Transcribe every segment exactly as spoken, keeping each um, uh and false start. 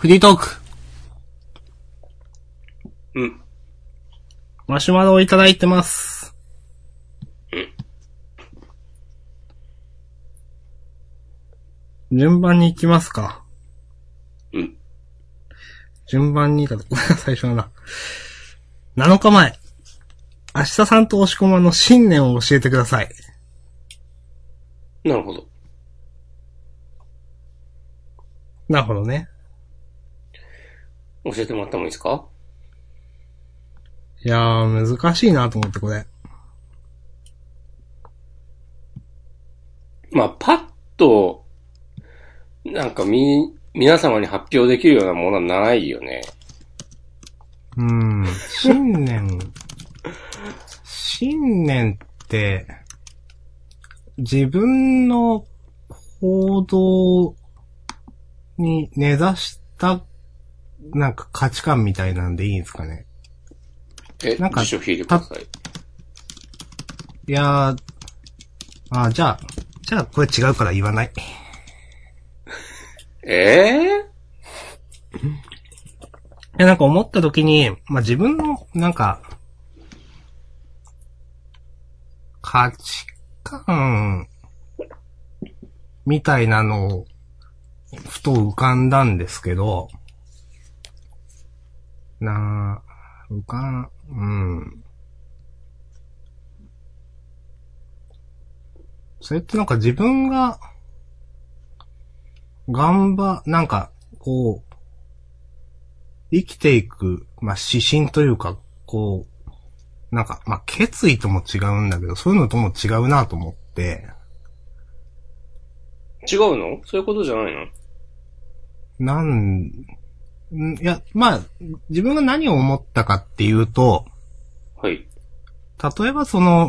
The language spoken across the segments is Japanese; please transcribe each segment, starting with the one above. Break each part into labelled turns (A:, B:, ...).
A: フリートーク。
B: うん。
A: マシュマロをいただいてます。
B: うん。
A: 順番に行きますか。
B: うん。
A: 順番にか、最初だな。なのかまえ。明日さんと押し込まの信念を教えてください。
B: なるほど。
A: なるほどね。
B: 教えてもらってもいいですか？
A: いやー、難しいなと思ってこれ。
B: まあ、パッと、なんかみ、皆様に発表できるようなものはないよね。
A: うーん、信念。信念って、自分の行動に根ざした、なんか価値観みたいなんでいいんですかね。
B: え、
A: なんか
B: 辞書引いてください。
A: いやー、あ、じゃあ、じゃあこれ違うから言わない。
B: ええー、
A: いや、なんか思った時に、まあ、自分の、なんか、価値観、みたいなのを、ふと浮かんだんですけど、なあ、浮かん、うん。それってなんか自分が、頑張、なんか、こう、生きていく、まあ、指針というか、こう、なんか、まあ、決意とも違うんだけど、そういうのとも違うなと思って、
B: 違うの？そういうことじゃないの？
A: なん、んいや、まあ、自分が何を思ったかっていうと、
B: はい。
A: 例えばその、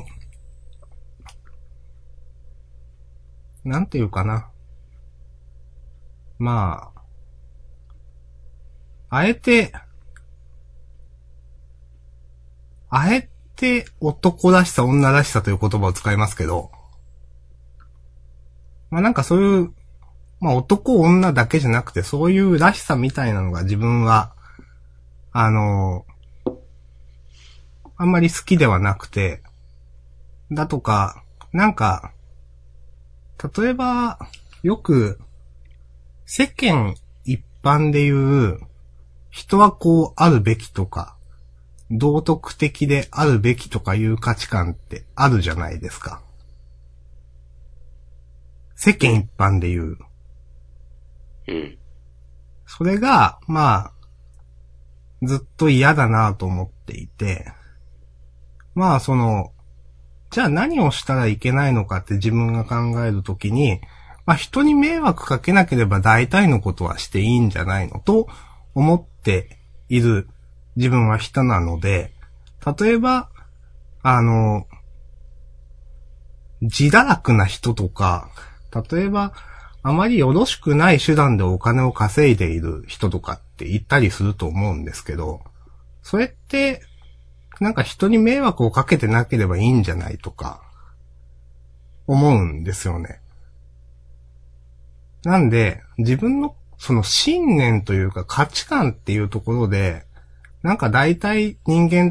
A: なんていうかな。まあ、あえて、あえて男らしさ、女らしさという言葉を使いますけど、まあなんかそういう、まあ男女だけじゃなくてそういうらしさみたいなのが自分は、あの、あんまり好きではなくて、だとか、なんか、例えば、よく、世間一般で言う、人はこうあるべきとか、道徳的であるべきとかいう価値観ってあるじゃないですか。世間一般で言う。
B: うん。
A: それが、まあ、ずっと嫌だなと思っていて、まあその、じゃあ何をしたらいけないのかって自分が考えるときに、まあ人に迷惑かけなければ大体のことはしていいんじゃないのと思っている自分は人なので、例えば、あの、自堕落な人とか、例えば、あまりよろしくない手段でお金を稼いでいる人とかって言ったりすると思うんですけど、それって、なんか人に迷惑をかけてなければいいんじゃないとか、思うんですよね。なんで、自分のその信念というか価値観っていうところで、なんか大体人間って、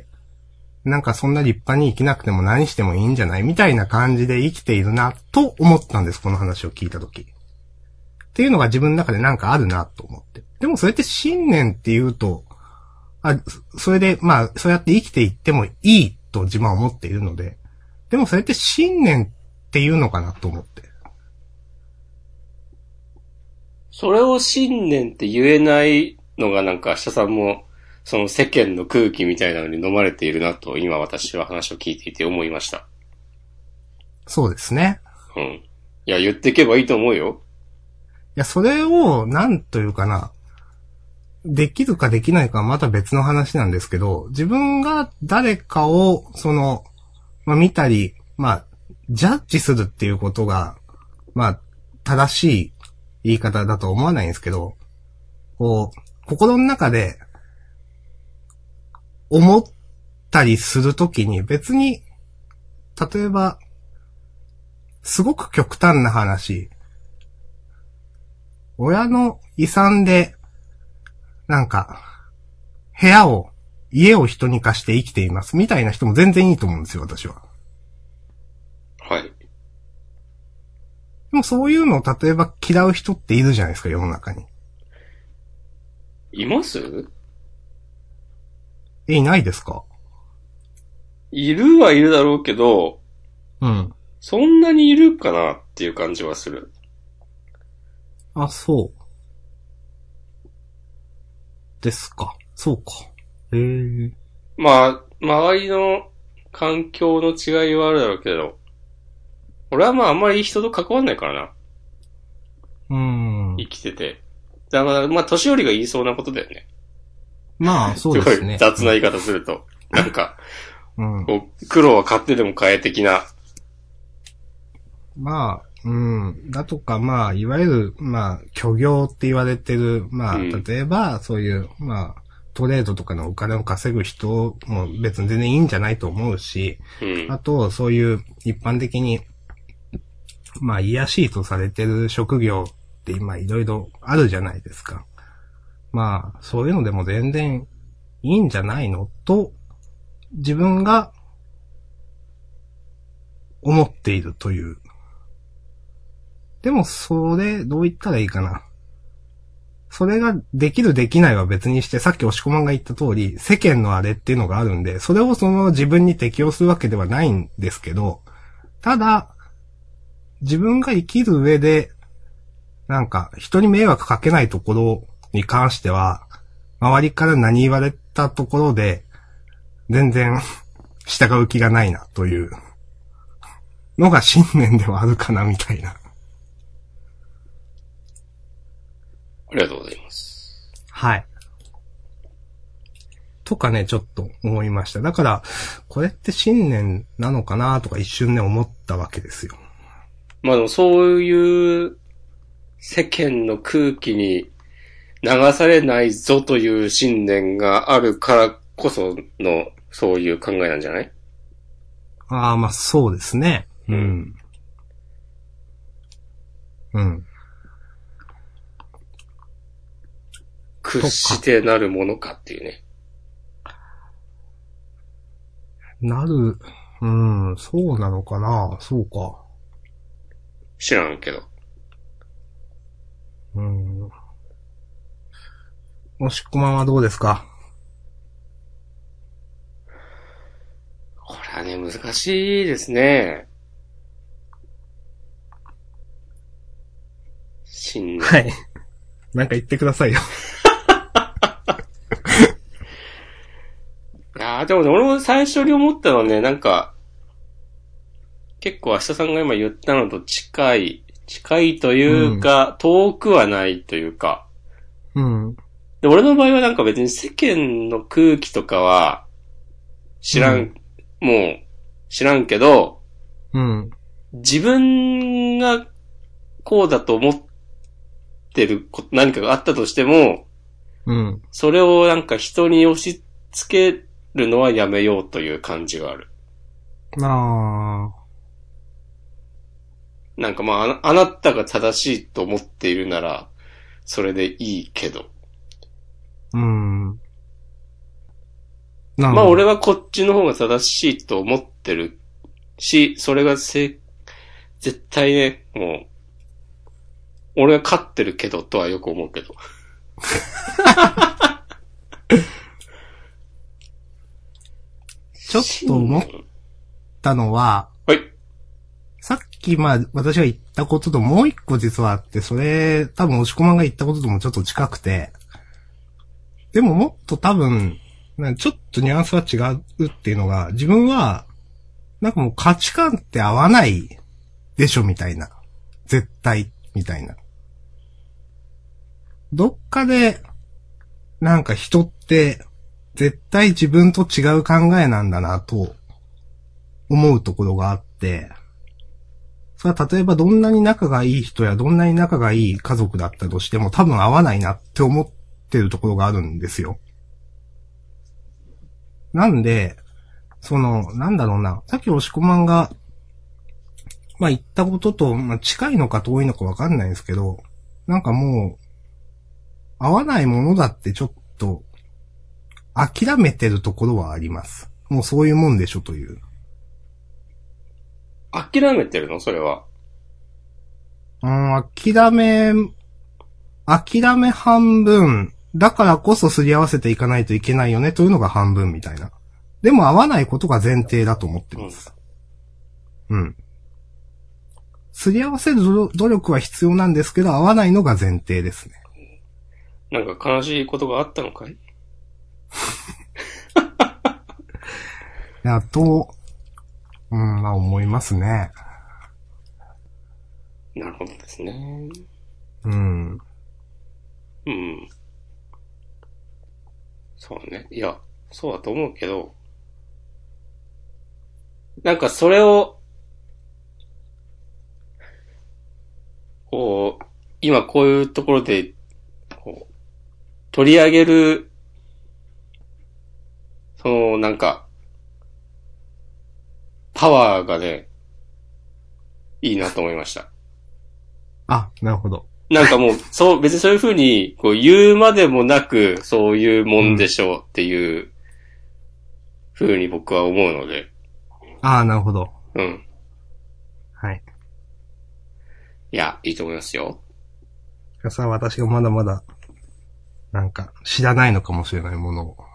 A: なんかそんな立派に生きなくても何してもいいんじゃないみたいな感じで生きているなと思ったんです、この話を聞いたとき。っていうのが自分の中でなんかあるなと思って。でもそれって信念っていうと、あ、それでまあそうやって生きていってもいいと自分は思っているので、でもそれって信念っていうのかなと思って。
B: それを信念って言えないのがなんか明日さんも、その世間の空気みたいなのに飲まれているなと、今私は話を聞いていて思いました。
A: そうですね。
B: うん。いや、言っていけばいいと思うよ。
A: いや、それを、なんというかな、できるかできないかはまた別の話なんですけど、自分が誰かを、その、まあ、見たり、まあ、ジャッジするっていうことが、まあ、正しい言い方だと思わないんですけど、こう、心の中で、思ったりするときに別に、例えば、すごく極端な話、親の遺産で、 なんか、部屋を、家を人に貸して生きていますみたいな人も全然いいと思うんですよ、私は。
B: はい。
A: でもそういうのを例えば嫌う人っているじゃないですか、世の中に。
B: います
A: え、いないですか？
B: いるはいるだろうけど、
A: うん。
B: そんなにいるかなっていう感じはする。
A: あ、そう。ですか。そうか。へえ。
B: まあ、周りの環境の違いはあるだろうけど、俺はまああんまり人と関わんないからな。
A: うーん。
B: 生きてて。だから、まあ年寄りが言いそうなことだよね。
A: まあ、そうですね。
B: すごい雑な言い方すると。なんか、
A: うん。
B: こう黒は買ってでも買え的な。
A: まあ、うん。だとか、まあ、いわゆる、まあ、虚業って言われてる、まあ、
B: うん
A: 例えば、そういう、まあ、トレードとかのお金を稼ぐ人も別に全然いいんじゃないと思うし、
B: うん。
A: あと、そういう一般的に、まあ、癒やしいとされてる職業って今いろいろあるじゃないですか。まあ、そういうのでも全然いいんじゃないのと、自分が思っているという。でも、それ、どう言ったらいいかな。それができるできないは別にして、さっき押し込まんが言った通り、世間のあれっていうのがあるんで、それをその自分に適用するわけではないんですけど、ただ、自分が生きる上で、なんか、人に迷惑かけないところに関しては、周りから何言われたところで、全然、従う気がないな、というのが信念ではあるかな、みたいな。
B: ありがとうございます。
A: はい。とかね、ちょっと思いました。だから、これって信念なのかなとか一瞬ね思ったわけですよ。
B: まあでもそういう世間の空気に流されないぞという信念があるからこそのそういう考えなんじゃない？
A: ああ、まあそうですね。うん。うん。
B: 屈してなるものかっていうね。
A: なる、うん、そうなのかな、そうか。
B: 知らんけど。
A: うん。もしこまんはどうですか？
B: これはね、難しいですね。信念。
A: はい。なんか言ってくださいよ。
B: いやーでもね、俺も最初に思ったのはね、なんか、結構明日さんが今言ったのと近い、近いというか、うん、遠くはないというか。
A: うん。
B: で、俺の場合はなんか別に世間の空気とかは、知らん、うん、もう、知らんけど、
A: うん。
B: 自分がこうだと思ってる何かがあったとしても、
A: うん。
B: それをなんか人に押し付けるのはやめようという感じがある。
A: ああ。
B: なんかまあ、あなたが正しいと思っているなら、それでいいけど。
A: うん。
B: まあ俺はこっちの方が正しいと思ってるし、それがせ、絶対ね、もう、俺が勝ってるけどとはよく思うけど。
A: ちょっと思ったのは、
B: はい。
A: さっきまあ私が言ったことともう一個実はあって、それ多分押し込まんが言ったことともちょっと近くて、でももっと多分、ちょっとニュアンスは違うっていうのが、自分は、なんかもう価値観って合わないでしょみたいな。絶対、みたいな。どっかで、なんか人って、絶対自分と違う考えなんだなと、思うところがあって、それは例えばどんなに仲がいい人やどんなに仲がいい家族だったとしても多分合わないなって思ってるところがあるんですよ。なんで、その、なんだろうな、さっき押し込まんが、まあ言ったことと、まあ、近いのか遠いのかわかんないんですけど、なんかもう、合わないものだってちょっと、諦めてるところはあります。もうそういうもんでしょという。
B: 諦めてるのそれは。
A: うん、諦め、諦め半分、だからこそすり合わせていかないといけないよねというのが半分みたいな。でも合わないことが前提だと思ってます。うん。うん、すり合わせる努力は必要なんですけど、合わないのが前提ですね。
B: なんか悲しいことがあったのかい？い
A: や、と、うん、まあ思いますね。
B: なるほどですね。
A: うん。
B: うん。そうね。いや、そうだと思うけど、なんかそれを、こう、今こういうところで、こう、取り上げる、その、なんか、パワーがね、いいなと思いました。
A: あ、なるほど。
B: なんかもう、そう、別にそういう風に、こう言うまでもなく、そういうもんでしょうっていう風に僕は思うので。
A: ああ、なるほど。
B: うん。
A: はい。
B: いや、いいと思いますよ。
A: さあ、私がまだまだ、なんか、知らないのかもしれないものを。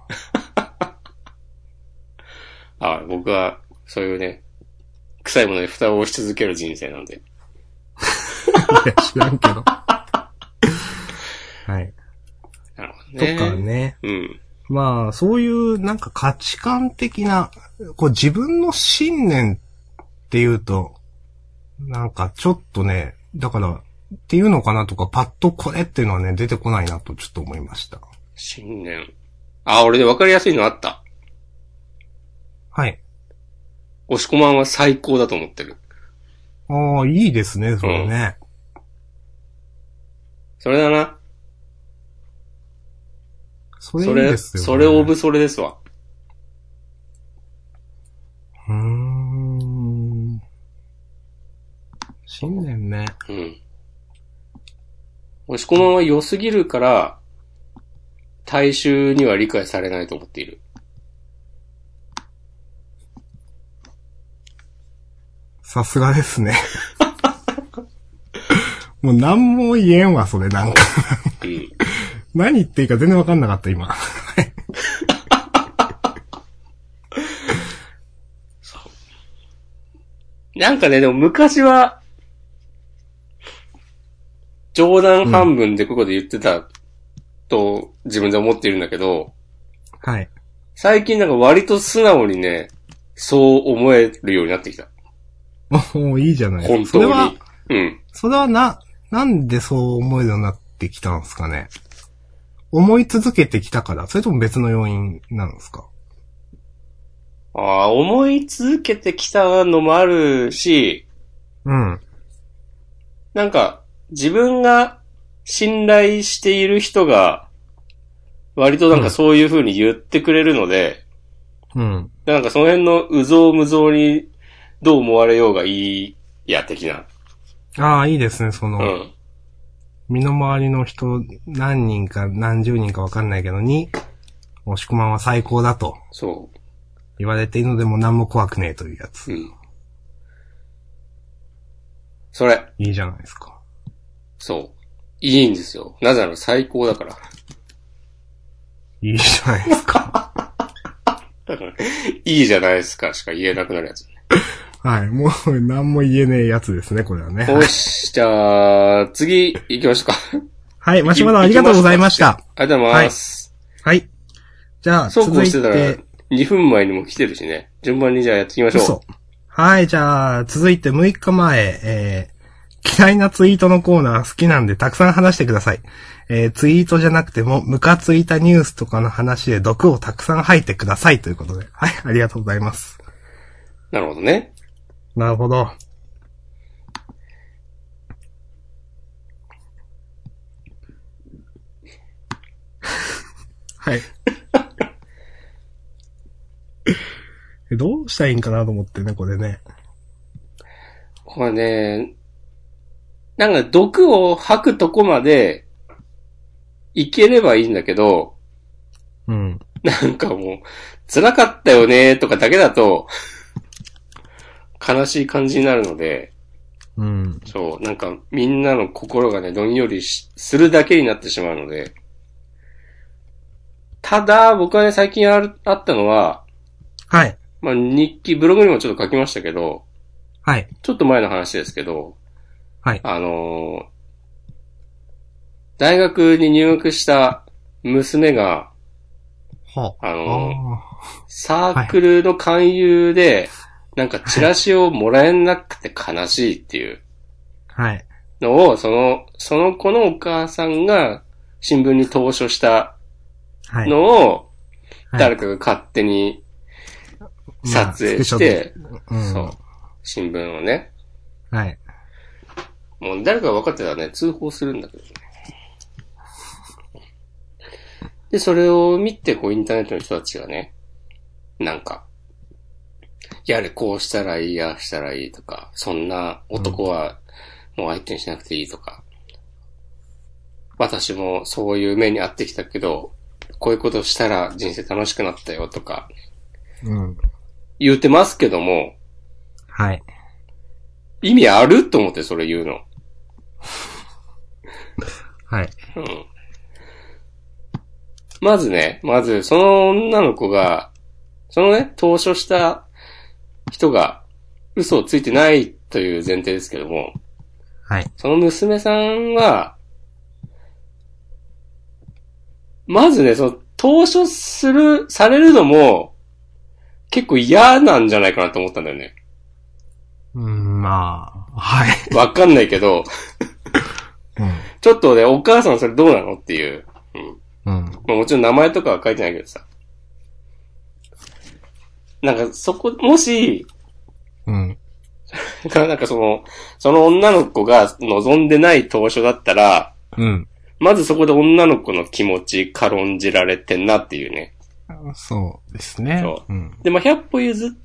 B: あ、僕は、そういうね、臭いものに蓋をし続ける人生なんで。い
A: や、知らんけど。はい。
B: なるほどね。
A: とかね。
B: うん。
A: まあ、そういうなんか価値観的な、こう自分の信念っていうと、なんかちょっとね、だから、っていうのかなとか、パッとこれっていうのはね、出てこないなとちょっと思いました。
B: 信念。あ、俺で分かりやすいのあった。
A: はい。
B: 押し込まんは最高だと思ってる。
A: ああ、いいですね、それね。
B: うん、それだな。
A: それいいですよね。
B: それ、それオブそれですわ。
A: うーん。信念ね。
B: うん。押し込まんは良すぎるから、大衆には理解されないと思っている。
A: さすがですね。もう何も言えんわ、それなんか。うん、何言っていいか全然わかんなかった、今。
B: そう。なんかね、でも昔は、冗談半分でここで言ってたと自分で思っているんだけど、
A: うん、はい。
B: 最近なんか割と素直にね、そう思えるようになってきた。
A: おお、いいじゃない
B: ですか。本当に。それは、うん。
A: それはな、なんでそう思えるようになってきたんですかね。思い続けてきたから、それとも別の要因なんですか？
B: ああ、思い続けてきたのもあるし、
A: うん。
B: なんか、自分が信頼している人が、割となんかそういう風に言ってくれるので、
A: うん。
B: なんかその辺のうぞうむぞうにどう思われようがいいや、的な。
A: ああ、いいですね、その、
B: うん、
A: 身の回りの人、何人か何十人かわかんないけどに、押し込まんは最高だと。
B: そう。
A: 言われているのでも何も怖くねえというやつ。
B: うん。それ。
A: いいじゃないですか。
B: そう。いいんですよ。なぜなら最高だから。
A: いいじゃないですか。
B: だから、いいじゃないですかしか言えなくなるやつ。
A: はい。もう何も言えねえやつですね、これはね。
B: よし、じゃあ、次行きましょうか。
A: はい、マシュマロありがとうございました。
B: ありがとうございます。
A: はい。はい、じゃあ、
B: そうこうしてたら、にふんまえにも来てるしね。順番にじゃあやっていきましょう。
A: 嘘。はい、じゃあ、続いてむいかまえ、えー、嫌いなツイートのコーナー好きなんでたくさん話してください。えー、ツイートじゃなくても、ムカついたニュースとかの話で毒をたくさん吐いてくださいということで。はい、ありがとうございます。
B: なるほどね。
A: なるほど。はい。どうしたらいいんかなと思ってね、これね。
B: これね、なんか毒を吐くとこまでいければいいんだけど、
A: うん。
B: なんかもう、辛かったよねとかだけだと、悲しい感じになるので、
A: うん。
B: そう、なんかみんなの心がね、どんよりしするだけになってしまうので、ただ、僕はね、最近ある、あったのは、
A: はい。
B: まあ、日記、ブログにもちょっと書きましたけど、
A: はい。
B: ちょっと前の話ですけど、
A: はい。
B: あのー、大学に入学した娘が、
A: は
B: あのー、
A: あ
B: サークルの勧誘で、なんかチラシをもらえなくて悲しいっていう
A: はい。
B: のを、その、その子のお母さんが新聞に投書した
A: はい。
B: のを、
A: はい
B: 誰かが勝手に撮影して、
A: まあうん、
B: そう、新聞をね、
A: はい。
B: もう誰かが分かってたらね、通報するんだけどね。で、それを見て、こう、インターネットの人たちがね、なんか、やれ、こうしたらいい、やしたらいいとか、そんな男はもう相手にしなくていいとか、うん、私もそういう目に遭ってきたけど、こういうことしたら人生楽しくなったよとか、
A: うん。
B: 言うてますけども、
A: はい。
B: 意味あると思ってそれ言うの。
A: はい。
B: うん。まずね、まずその女の子が、そのね、投書した人が嘘をついてないという前提ですけども、
A: はい。
B: その娘さんは、まずね、その投書する、されるのも結構嫌なんじゃないかなと思ったんだよね。
A: うん、まあ、はい。
B: わかんないけど、
A: うん、
B: ちょっとね、お母さんそれどうなのっていう。うん。
A: うん。
B: まあ、もちろん名前とかは書いてないけどさ。なんかそこ、もし、
A: うん。
B: なんかその、その女の子が望んでない投書だったら、
A: うん。
B: まずそこで女の子の気持ち軽んじられてんなっていうね。
A: そうですね。
B: そう。
A: うん、
B: で、まあ、ひゃっぽ譲って、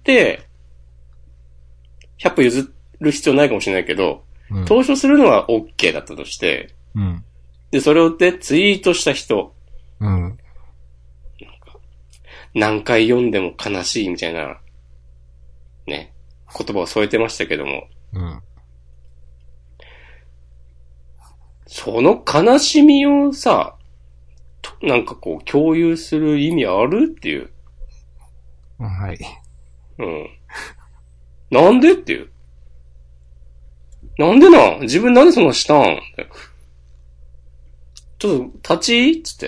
B: ひゃっぽ譲る必要ないかもしれないけど、うん、投書するのは OK だったとして、
A: うん、
B: で、それをでツイートした人、
A: うん、なんか
B: 何回読んでも悲しいみたいな、ね、言葉を添えてましたけども、
A: うん、
B: その悲しみをさ、なんかこう共有する意味あるっていう。
A: はい。
B: うん。なんでっていう。なんでなん自分なんでそんなしたんちょっと、立ちいいつって。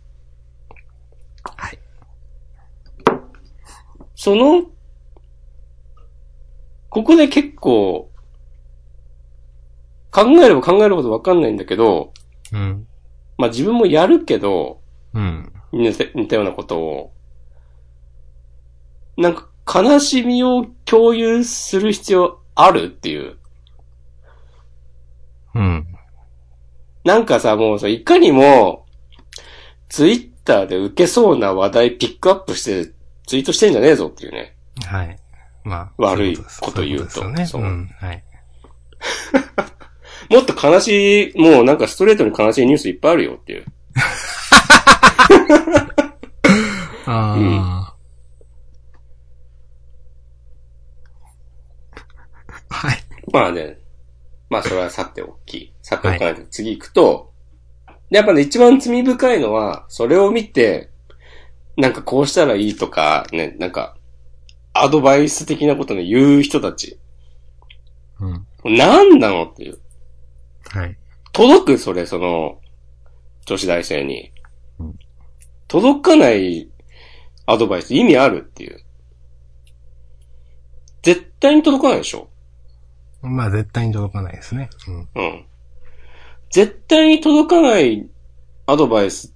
A: はい。
B: その、ここで結構、考えれば考えるほどわかんないんだけど、
A: うん。
B: まあ自分もやるけど、
A: うん。
B: 似た、似たようなことを、なんか悲しみを共有する必要あるっていう。
A: うん。
B: なんかさ、もうさ、いかにも、ツイッターで受けそうな話題ピックアップしてツイートしてんじゃねえぞっていうね。
A: はい。まあ。
B: 悪いこと言うと。
A: そういうことですよね。そう。うん。はい。
B: もっと悲しい、もうなんかストレートに悲しいニュースいっぱいあるよっていう。
A: ああ、うん。はい。
B: まあね。まあそれはさておき。さておかないと次行くと、はい、やっぱね、一番罪深いのは、それを見て、なんかこうしたらいいとか、ね、なんか、アドバイス的なことを言う人たち。
A: うん。
B: 何なのっていう。
A: はい。
B: 届くそれ、その、女子大生に。
A: うん、
B: 届かないアドバイス意味あるっていう。絶対に届かないでしょ。
A: まあ絶対に届かないですね。うん。
B: うん。絶対に届かないアドバイスって、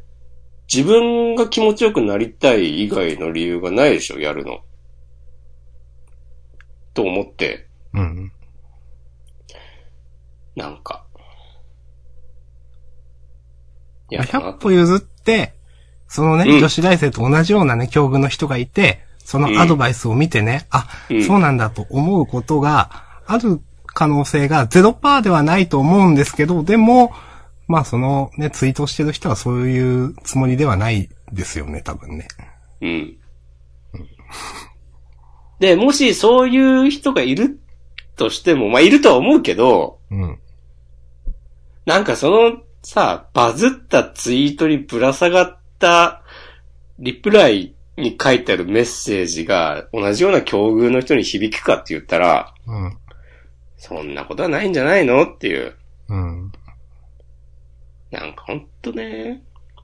B: 自分が気持ちよくなりたい以外の理由がないでしょ、やるの。と思って。
A: うん。
B: なんか。
A: いや、ひゃっぽ譲って、そのね、うん、女子大生と同じようなね、境遇の人がいて、そのアドバイスを見てね、うん、あ、うん、そうなんだと思うことが、ある可能性が ゼロパーセント ではないと思うんですけど、でも、まあそのね、ツイートしてる人はそういうつもりではないですよね、多分ね。
B: うん。で、もしそういう人がいるとしても、まあ、いるとは思うけど、
A: うん。
B: なんかそのさ、バズったツイートにぶら下がったリプライに書いてあるメッセージが同じような境遇の人に響くかって言ったら、
A: うん。
B: そんなことはないんじゃないのっていう。
A: うん。
B: なんかほんとね、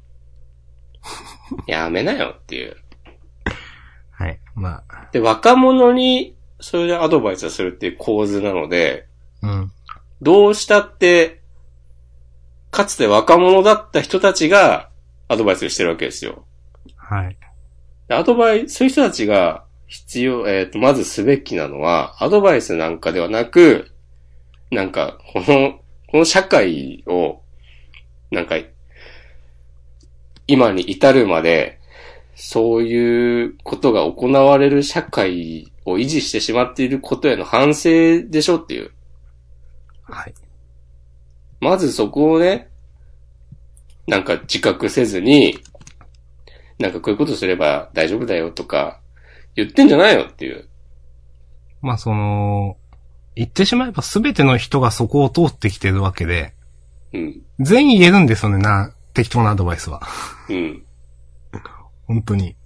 B: やめなよっていう。
A: はい。まあ。
B: で、若者にそれでアドバイスをするっていう構図なので、
A: うん。
B: どうしたって、かつて若者だった人たちがアドバイスをしてるわけですよ。
A: はい。
B: アドバイス、そういう人たちが必要、えっと、まずすべきなのは、アドバイスなんかではなく、なんか、この、この社会を、なんか、今に至るまで、そういうことが行われる社会を維持してしまっていることへの反省でしょっていう。
A: はい。
B: まずそこをね、なんか自覚せずに、なんかこういうことすれば大丈夫だよとか、言ってんじゃないよっていう。
A: まあその、言ってしまえば全ての人がそこを通ってきてるわけで、
B: うん。
A: 全員言えるんですよね、な、適当なアドバイスは。
B: うん。
A: 本当に。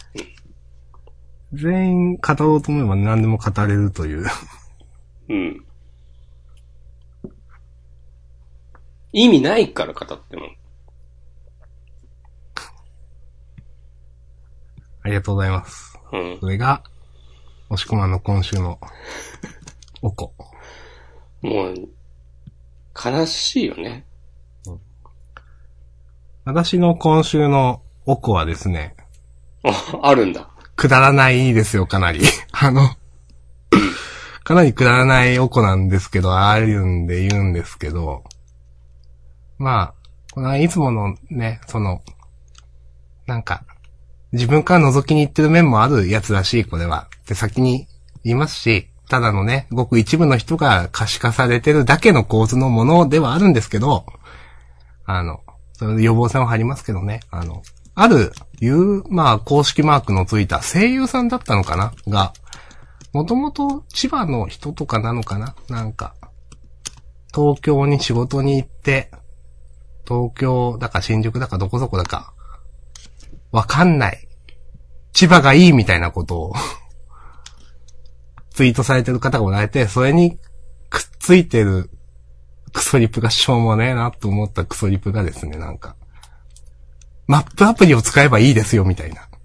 A: 全員語ろうと思えば何でも語れるという。
B: うん。意味ないから語っても。
A: ありがとうございます。
B: うん。
A: それが、押し込まんの今週の、おこ。
B: もう、悲しいよね。
A: 私の今週のおこはですね、
B: あ、あるんだ。
A: くだらないですよ、かなり。あの、かなりくだらないおこなんですけど、あるんで言うんですけど、まあ、このいつものね、その、なんか、自分から覗きに行ってる面もあるやつらしい、これは。って先に言いますし、ただのね、ごく一部の人が可視化されてるだけの構図のものではあるんですけど、あの、それで予防線を張りますけどね、あの、ある、いう、まあ、公式マークのついた声優さんだったのかなが、もともと千葉の人とかなのかななんか、東京に仕事に行って、東京だか新宿だかどこそこだか、わかんない。千葉がいいみたいなことを、ツイートされてる方がおられて、それにくっついてるクソリプがしょうもねえなと思ったクソリプがですね、なんか、マップアプリを使えばいいですよ、みたいな。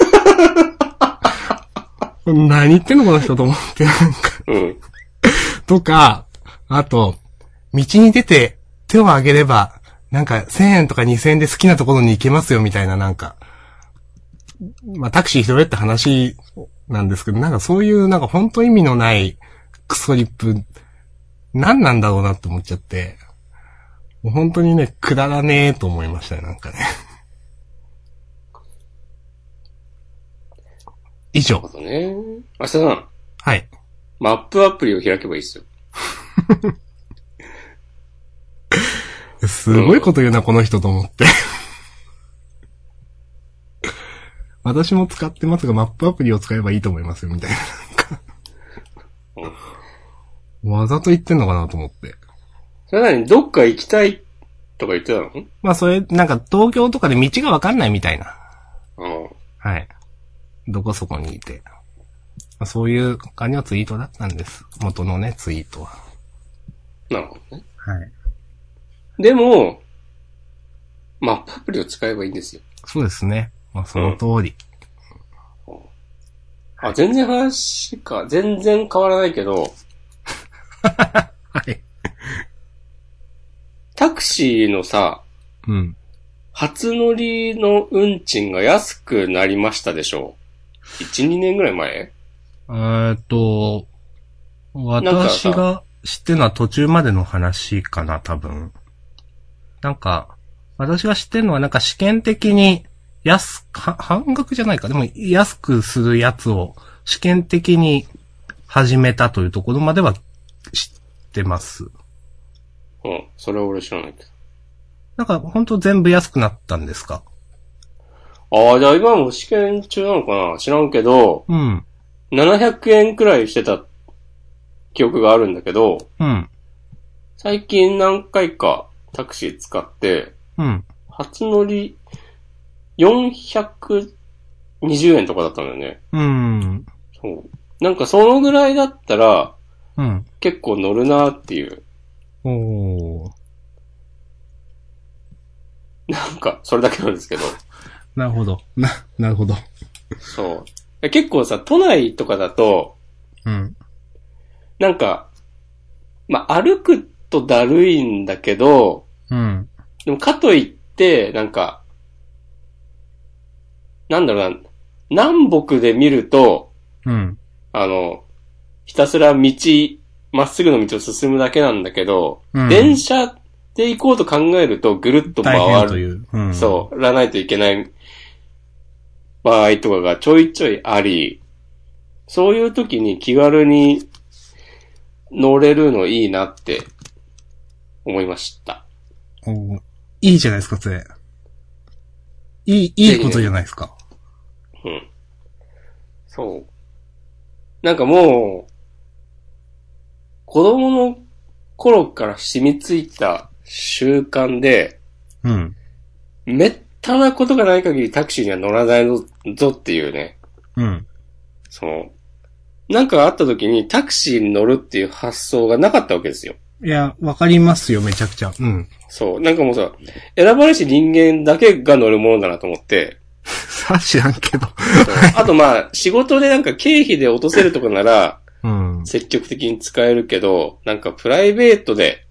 A: 何言ってんのこの人と思って、なんか
B: うん。
A: とか、あと、道に出て手を挙げれば、なんかせんえんとかにせんえんで好きなところに行けますよ、みたいな、なんか、まあタクシー拾えって話なんですけど、なんかそういうなんか本当意味のないクソリップ、何なんだろうなって思っちゃって、もう本当にね、くだらねえと思いましたね、なんかね。以上。
B: なるほどね。明日さん。
A: はい。
B: マップアプリを開けばいいっすよ。
A: すごいこと言うな、うん、この人と思って。私も使ってますが、マップアプリを使えばいいと思いますよ、みたいな。うん、わざと言ってんのかなと思って。
B: それなに、どっか行きたいとか言ってたの？
A: まあ、それ、なんか東京とかで道がわかんないみたいな。
B: うん。
A: はい。どこそこにいて。まあ、そういう感じのツイートだったんです。元のね、ツイートは。
B: なるほどね。
A: はい。
B: でも、マップアプリを使えばいいんですよ。
A: そうですね。まあ、その通り。
B: うん、あ、全然話か。全然変わらないけど。
A: はい。
B: タクシーのさ、
A: うん。
B: 初乗りの運賃が安くなりましたでしょう。いち、にねんぐらい前？
A: えーっと、私が知ってるのは途中までの話かな、多分。なんか、私が知ってるのはなんか試験的に安く、半額じゃないか。でも安くするやつを試験的に始めたというところまでは知ってます。
B: うん、それは俺知らないけど。
A: なんか本当全部安くなったんですか？
B: ああ、じゃあ今も試験中なのかな知らんけど、
A: うん。
B: ななひゃくえんくらいしてた記憶があるんだけど、
A: うん。
B: 最近何回かタクシー使って、
A: うん。
B: 初乗りよんひゃくにじゅうえんとかだったんだよね。
A: うん。
B: そう。なんかそのぐらいだったら、
A: うん。
B: 結構乗るなっていう。
A: おー。
B: なんか、それだけなんですけど。
A: なるほど。な、なるほど。
B: そう。結構さ、都内とかだと、
A: うん。
B: なんか、まあ、歩くとだるいんだけど、
A: うん。
B: でもかといって、なんか、なんだろうな、南北で見ると、
A: うん。
B: あの、ひたすら道、まっすぐの道を進むだけなんだけど、
A: うん、
B: 電車で行こうと考えるとぐるっと回る。
A: 大変という。うん、
B: そう、らないといけない場合とかがちょいちょいあり、そういう時に気軽に乗れるのいいなって思いました。
A: おいいじゃないですか、それ。いい、いいことじゃないですか。
B: うん。そう。なんかもう、子供の頃から染みついた習慣で、
A: うん。
B: めったなことがない限りタクシーには乗らないぞっていうね。
A: うん。
B: その、なんかあった時にタクシーに乗るっていう発想がなかったわけですよ。
A: いや、わかりますよ、めちゃくちゃ。うん。
B: そう。なんかもうさ、選ばれし人間だけが乗るものだなと思って。
A: さあ知らんけど。
B: あとまあ、仕事でなんか経費で落とせるとかなら、
A: うん。
B: 積極的に使えるけど、なんかプライベートで、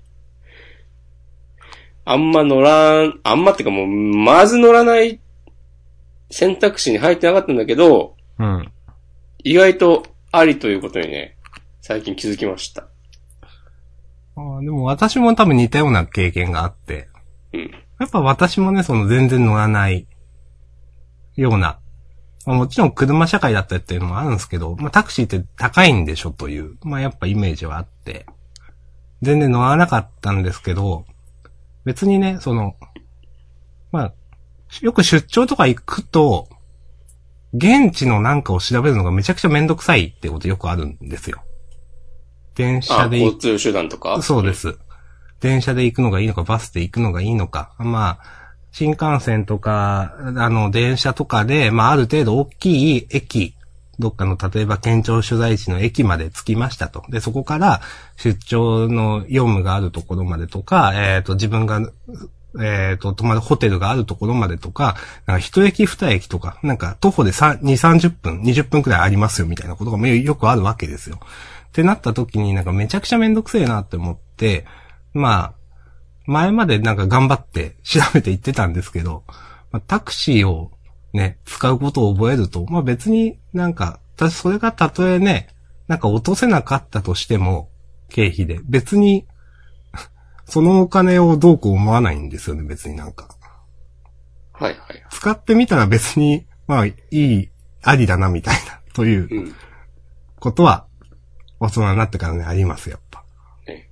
B: あんま乗らん、あんまってかもう、まず乗らない選択肢に入ってなかったんだけど、
A: うん。
B: 意外とありということにね、最近気づきました。
A: あでも私も多分似たような経験があって、
B: うん。
A: やっぱ私もね、その全然乗らないような、まあ、もちろん車社会だったりっていうのもあるんですけど、まあタクシーって高いんでしょという、まあやっぱイメージはあって、全然乗らなかったんですけど、別にね、その、まあ、よく出張とか行くと、現地のなんかを調べるのがめちゃくちゃめんどくさいってことよくあるんですよ。電車で
B: 行く。交通手段とか
A: そうです。電車で行くのがいいのか、バスで行くのがいいのか。まあ、新幹線とか、あの、電車とかで、まあ、ある程度大きい駅、どっかの、例えば県庁所在地の駅まで着きましたと。で、そこから出張の業務があるところまでとか、えっと、自分が、えっと、泊まるホテルがあるところまでとか、なんか一駅二駅とか、なんか徒歩でに、さんじゅっぷん、にじゅっぷんくらいありますよみたいなことがよくあるわけですよ。ってなった時になんかめちゃくちゃめんどくせえなって思って、まあ、前までなんか頑張って調べていってたんですけど、まあ、タクシーをね、使うことを覚えると、まあ別になんか、私それがたとえね、なんか落とせなかったとしても、経費で、別に、そのお金をどうこう思わないんですよね、別になんか。
B: はいはい。
A: 使ってみたら別に、まあいい、ありだなみたいな、ということは、大人になってからね、あります、やっぱ。
B: ね。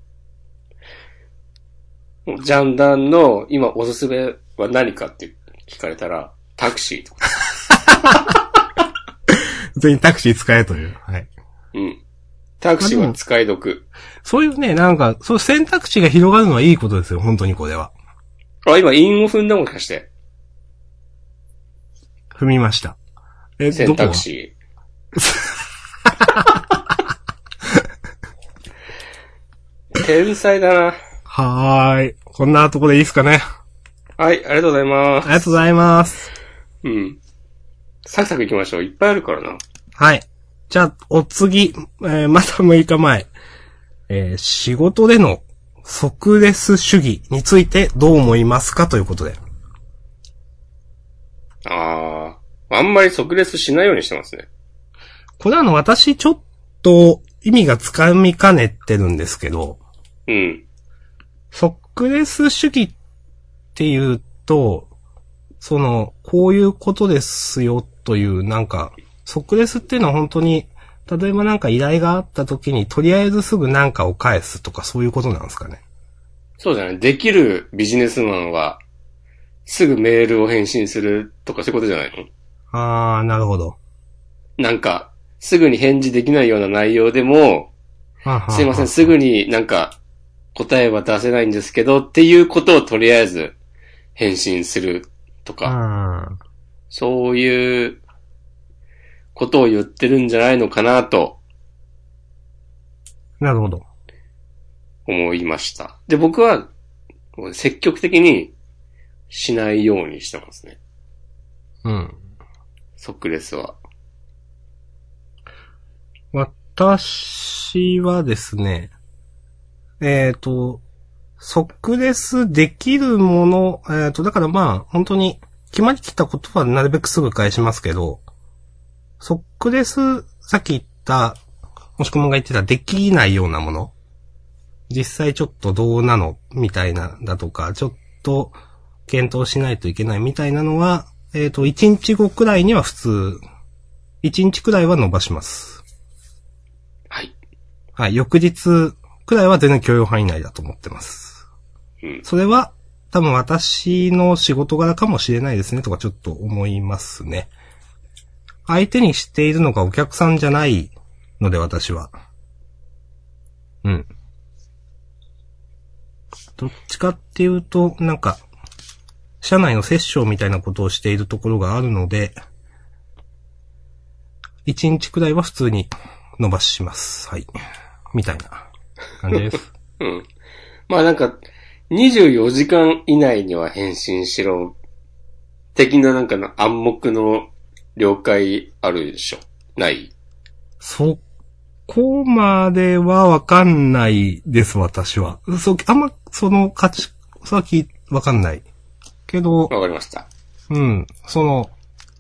B: ジャンダンの今おすすめは何かって聞かれたら、タクシーとか。
A: 全員タクシー使えという。はい。
B: うん。タクシーは使い得。
A: そういうね、なんか、そういう選択肢が広がるのはいいことですよ、本当にこれは。
B: あ、今、韻を踏んだもしかして。
A: 踏みました。
B: え、選択肢。天才だな。
A: はーい。こんなとこでいいですかね。
B: はい、ありがとうございます。
A: ありがとうございます。
B: うん。サクサク行きましょう。いっぱいあるからな。
A: はい。じゃあ、お次、えー、またむいかまえ。えー、仕事での即レス主義についてどう思いますかということで。
B: ああ、あんまり即レスしないようにしてますね。
A: これはあの、私ちょっと意味がつかみかねてるんですけど。
B: うん。
A: 即レス主義っていうと、その、こういうことですよという、なんか、即レスっていうのは本当に、例えばなんか依頼があった時に、とりあえずすぐなんかを返すとかそういうことなんですかね。
B: そうだね。できるビジネスマンは、 すぐメールを返信するとかそういうことじゃないの？
A: あー、なるほど。
B: なんか、すぐに返事できないような内容でも、
A: はは
B: すいません、すぐになんか答えは出せないんですけどっていうことをとりあえず返信するとか、そういうことを言ってるんじゃないのかなと。
A: なるほど。
B: 思いました。で、僕は積極的にしないようにしてますね。
A: うん。
B: 即レスは。
A: 私はですね、えっと、即レスできるもの、えっと、だからまあ、本当に決まりきったことはなるべくすぐ返しますけど、即レス、さっき言った、もしくもが言ってたできないようなもの、実際ちょっとどうなのみたいなだとか、ちょっと検討しないといけないみたいなのは、えっと、いちにちごくらいには普通、いちにちくらいは伸ばします。
B: はい。
A: はい、翌日くらいは全然許容範囲内だと思ってます。
B: うん。
A: それは、多分私の仕事柄かもしれないですねとかちょっと思いますね。相手にしているのがお客さんじゃないので私は。うん。どっちかっていうと、なんか、社内のセッションみたいなことをしているところがあるので、一日くらいは普通に伸ばします。はい。みたいな感じです。
B: うん。まあなんか、にじゅうよじかん以内には返信しろ、的ななんかの暗黙の了解あるでしょ？ない？
A: そこまではわかんないです、私は。そう、あんま、その価値、さっきわかんない。けど、
B: わかりました。
A: うん、その、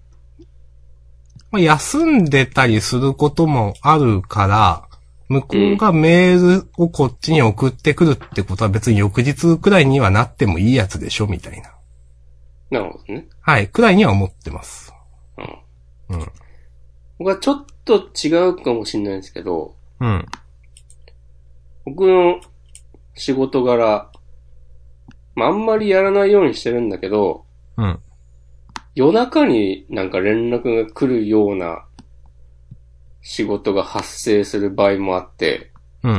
A: まあ、休んでたりすることもあるから、向こうがメールをこっちに送ってくるってことは別に翌日くらいにはなってもいいやつでしょみたいな。
B: なるほどね。
A: はい、くらいには思ってます。
B: うん。
A: うん。
B: 僕はちょっと違うかもしれないですけど、
A: うん。
B: 僕の仕事柄、まあ、あんまりやらないようにしてるんだけど、
A: うん。
B: 夜中になんか連絡が来るような仕事が発生する場合もあって、
A: うん。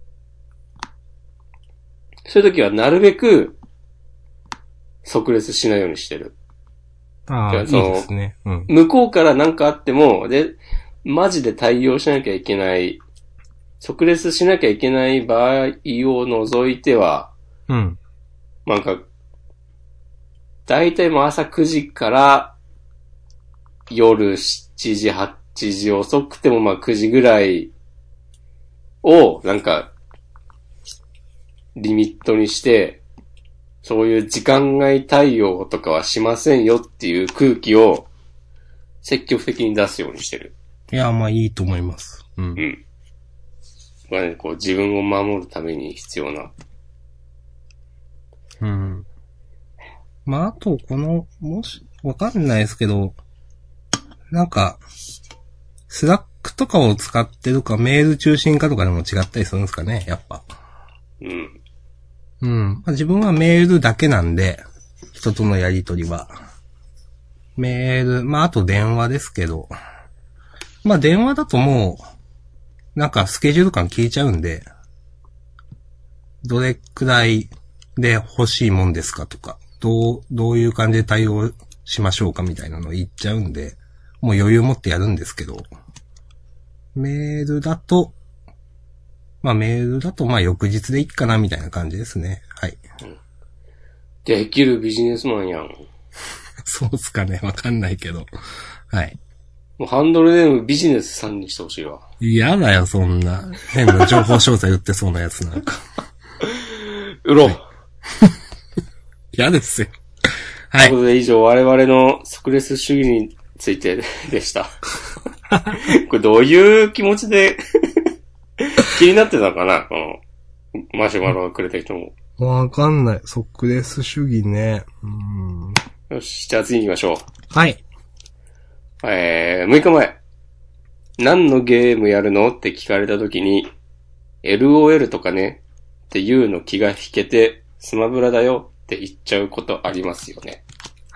B: そういう時はなるべく即レスしないようにしてる。
A: ああ、いいですね。うん。
B: 向こうから何かあっても、で、マジで対応しなきゃいけない、即レスしなきゃいけない場合を除いては、
A: うん。
B: なんか、だいたいもう朝くじから夜しちじ、はちじ、遅くてもまあくじぐらいをなんかリミットにして、そういう時間外対応とかはしませんよっていう空気を積極的に出すようにしてる。
A: いや、まあいいと思います。うん。
B: うん。これね、こう自分を守るために必要な。
A: うん。まあ、あと、この、もし、わかんないですけど、なんか、スラックとかを使ってるか、メール中心かとかでも違ったりするんですかね、やっぱ。
B: うん。
A: うん。まあ、自分はメールだけなんで、人とのやりとりは。メール、まあ、あと電話ですけど。まあ、電話だともう、なんかスケジュール感聞いちゃうんで、どれくらいで欲しいもんですかとか、どう、どういう感じで対応しましょうかみたいなの言っちゃうんで、もう余裕持ってやるんですけど、メールだと、まあメールだとまあ翌日でいいかなみたいな感じですね。はい。
B: うん、できるビジネスマンやん。
A: そうっすかね。わかんないけど。はい。
B: もうハンドルネームビジネスさんにしてほしいわ。
A: 嫌だよ、そんな。変な情報詳細言ってそうなやつなんか。
B: うろ。
A: 嫌ですよ。はい。
B: ということで以上我々の即レス主義についてでした。これどういう気持ちで気になってたのかなこのマシュマロがくれた人も。
A: わかんない。即レス主義ね。うーん。
B: よし、じゃあ次行きましょう。
A: はい。
B: えー、むいかまえ。何のゲームやるのって聞かれたときに、エルオーエル とかねっていうの気が引けて、スマブラだよって言っちゃうことありますよね。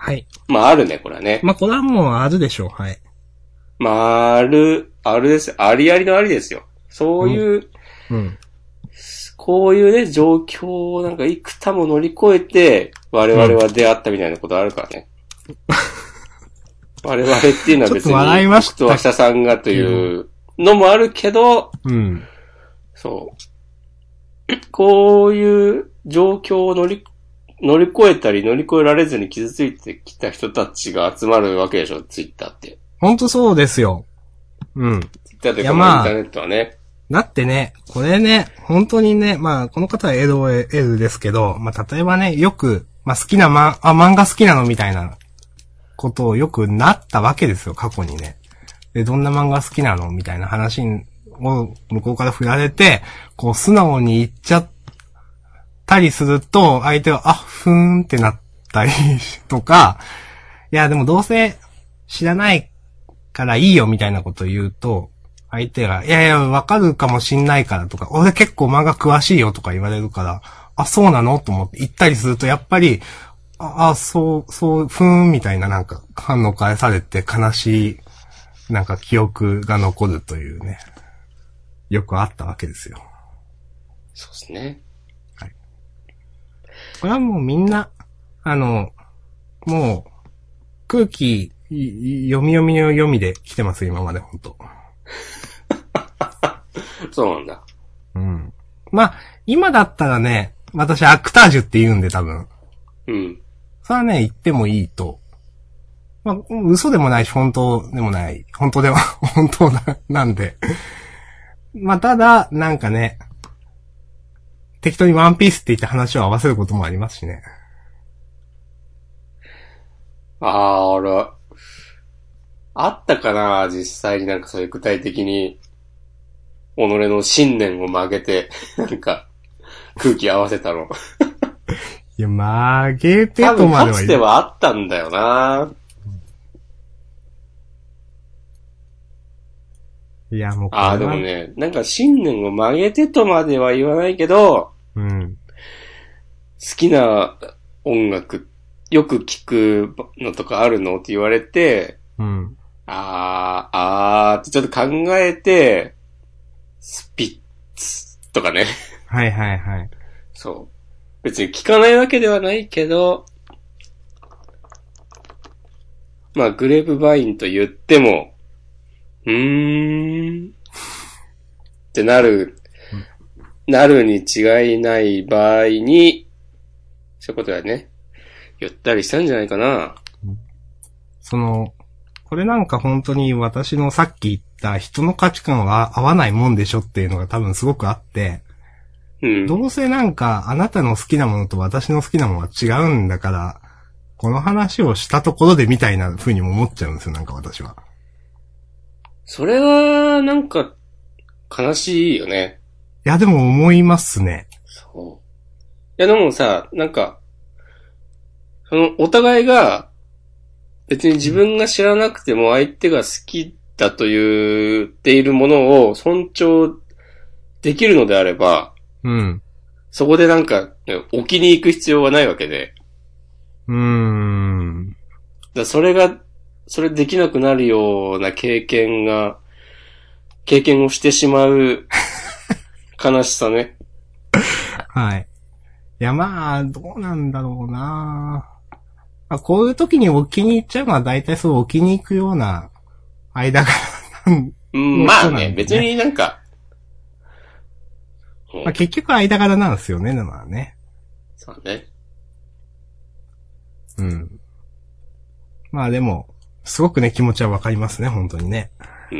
A: はい。
B: まあ、あるね、これはね。
A: まあ、これはもうあるでしょう、はい。
B: まあ、ある、あるですよ。ありありのありですよ。そういう、
A: うん。うん、
B: こういうね、状況をなんか幾多も乗り越えて、我々は出会ったみたいなことあるからね。うん、我々っていうのは別に、僕と明日さんがというのもあるけど、
A: うん。
B: そう。こういう状況を乗り、乗り越えたり乗り越えられずに傷ついてきた人たちが集まるわけでしょ、ツイッターって。
A: ほんとそうですよ。うん。ツ
B: イッターというか、まあ、インターネットはね。
A: だってね、これね、本当にね、まあ、この方は エルオーエル ですけど、まあ、例えばね、よく、まあ、好きなま、あ、漫画好きなのみたいなことをよくなったわけですよ、過去にね。で、どんな漫画好きなのみたいな話を向こうから振られて、こう、素直に言っちゃったりすると、相手は、あ、ふーんってなったりとか、いや、でもどうせ知らないからいいよみたいなことを言うと、相手が、いやいや、わかるかもしんないからとか、俺結構漫画詳しいよとか言われるから、あ、そうなのと思って言ったりすると、やっぱり、あ、あそう、そう、ふーんみたいななんか反応返されて悲しい、なんか記憶が残るというね。よくあったわけですよ。
B: そうですね。
A: はい。これはもうみんな、あの、もう、空気、読み読みの読みで来てます、今まで、ほんと。
B: そうなんだ。
A: うん。まあ、今だったらね、私アクタージュって言うんで多分。
B: うん。
A: それはね、言ってもいいと。まあ、嘘でもないし、本当でもない。本当では、本当な、なんで。まあ、ただ、なんかね、適当にワンピースって言って話を合わせることもありますしね。
B: あー、俺、あったかな実際になんかそういう具体的に、己の信念を曲げて、なんか、空気合わせたの。
A: いや、曲げてとまでは言う。
B: かつてはあったんだよな。
A: いや、もうこ
B: れは。ああ、でもね、なんか信念を曲げてとまでは言わないけど、
A: うん。
B: 好きな音楽、よく聞くのとかあるのって言われて、
A: うん。
B: あー、あーってちょっと考えて、スピッツとかね。
A: はいはいはい。
B: そう。別に聞かないわけではないけど、まあ、グレープバインと言っても、うーん、ってなる、うん、なるに違いない場合に、そういうことはね、言ったりしたんじゃないかな。
A: その、これなんか本当に私のさっき言った人の価値観は合わないもんでしょっていうのが多分すごくあって、うん、どうせなんかあなたの好きなものと私の好きなものは違うんだから、この話をしたところでみたいな風にも思っちゃうんですよ、なんか私は。
B: それは、なんか、悲しいよね。
A: いや、でも思いますね。
B: そう。いや、でもさ、なんか、その、お互いが、別に自分が知らなくても相手が好きだと言っているものを尊重できるのであれば、
A: うん。
B: そこでなんか、置きに行く必要はないわけで。
A: うーん。
B: だそれが、それできなくなるような経験が、経験をしてしまう悲しさね。
A: はい。いや、まあ、どうなんだろうな。まあ、こういう時に置きに行っちゃうのは大体そう置きに行くような間柄なん、
B: うん、まあね、別になんか、
A: まあ、結局間柄なんですよね、まあね。
B: そうね。
A: うん。まあでも、すごくね、気持ちはわかりますね、本当にね。
B: うん。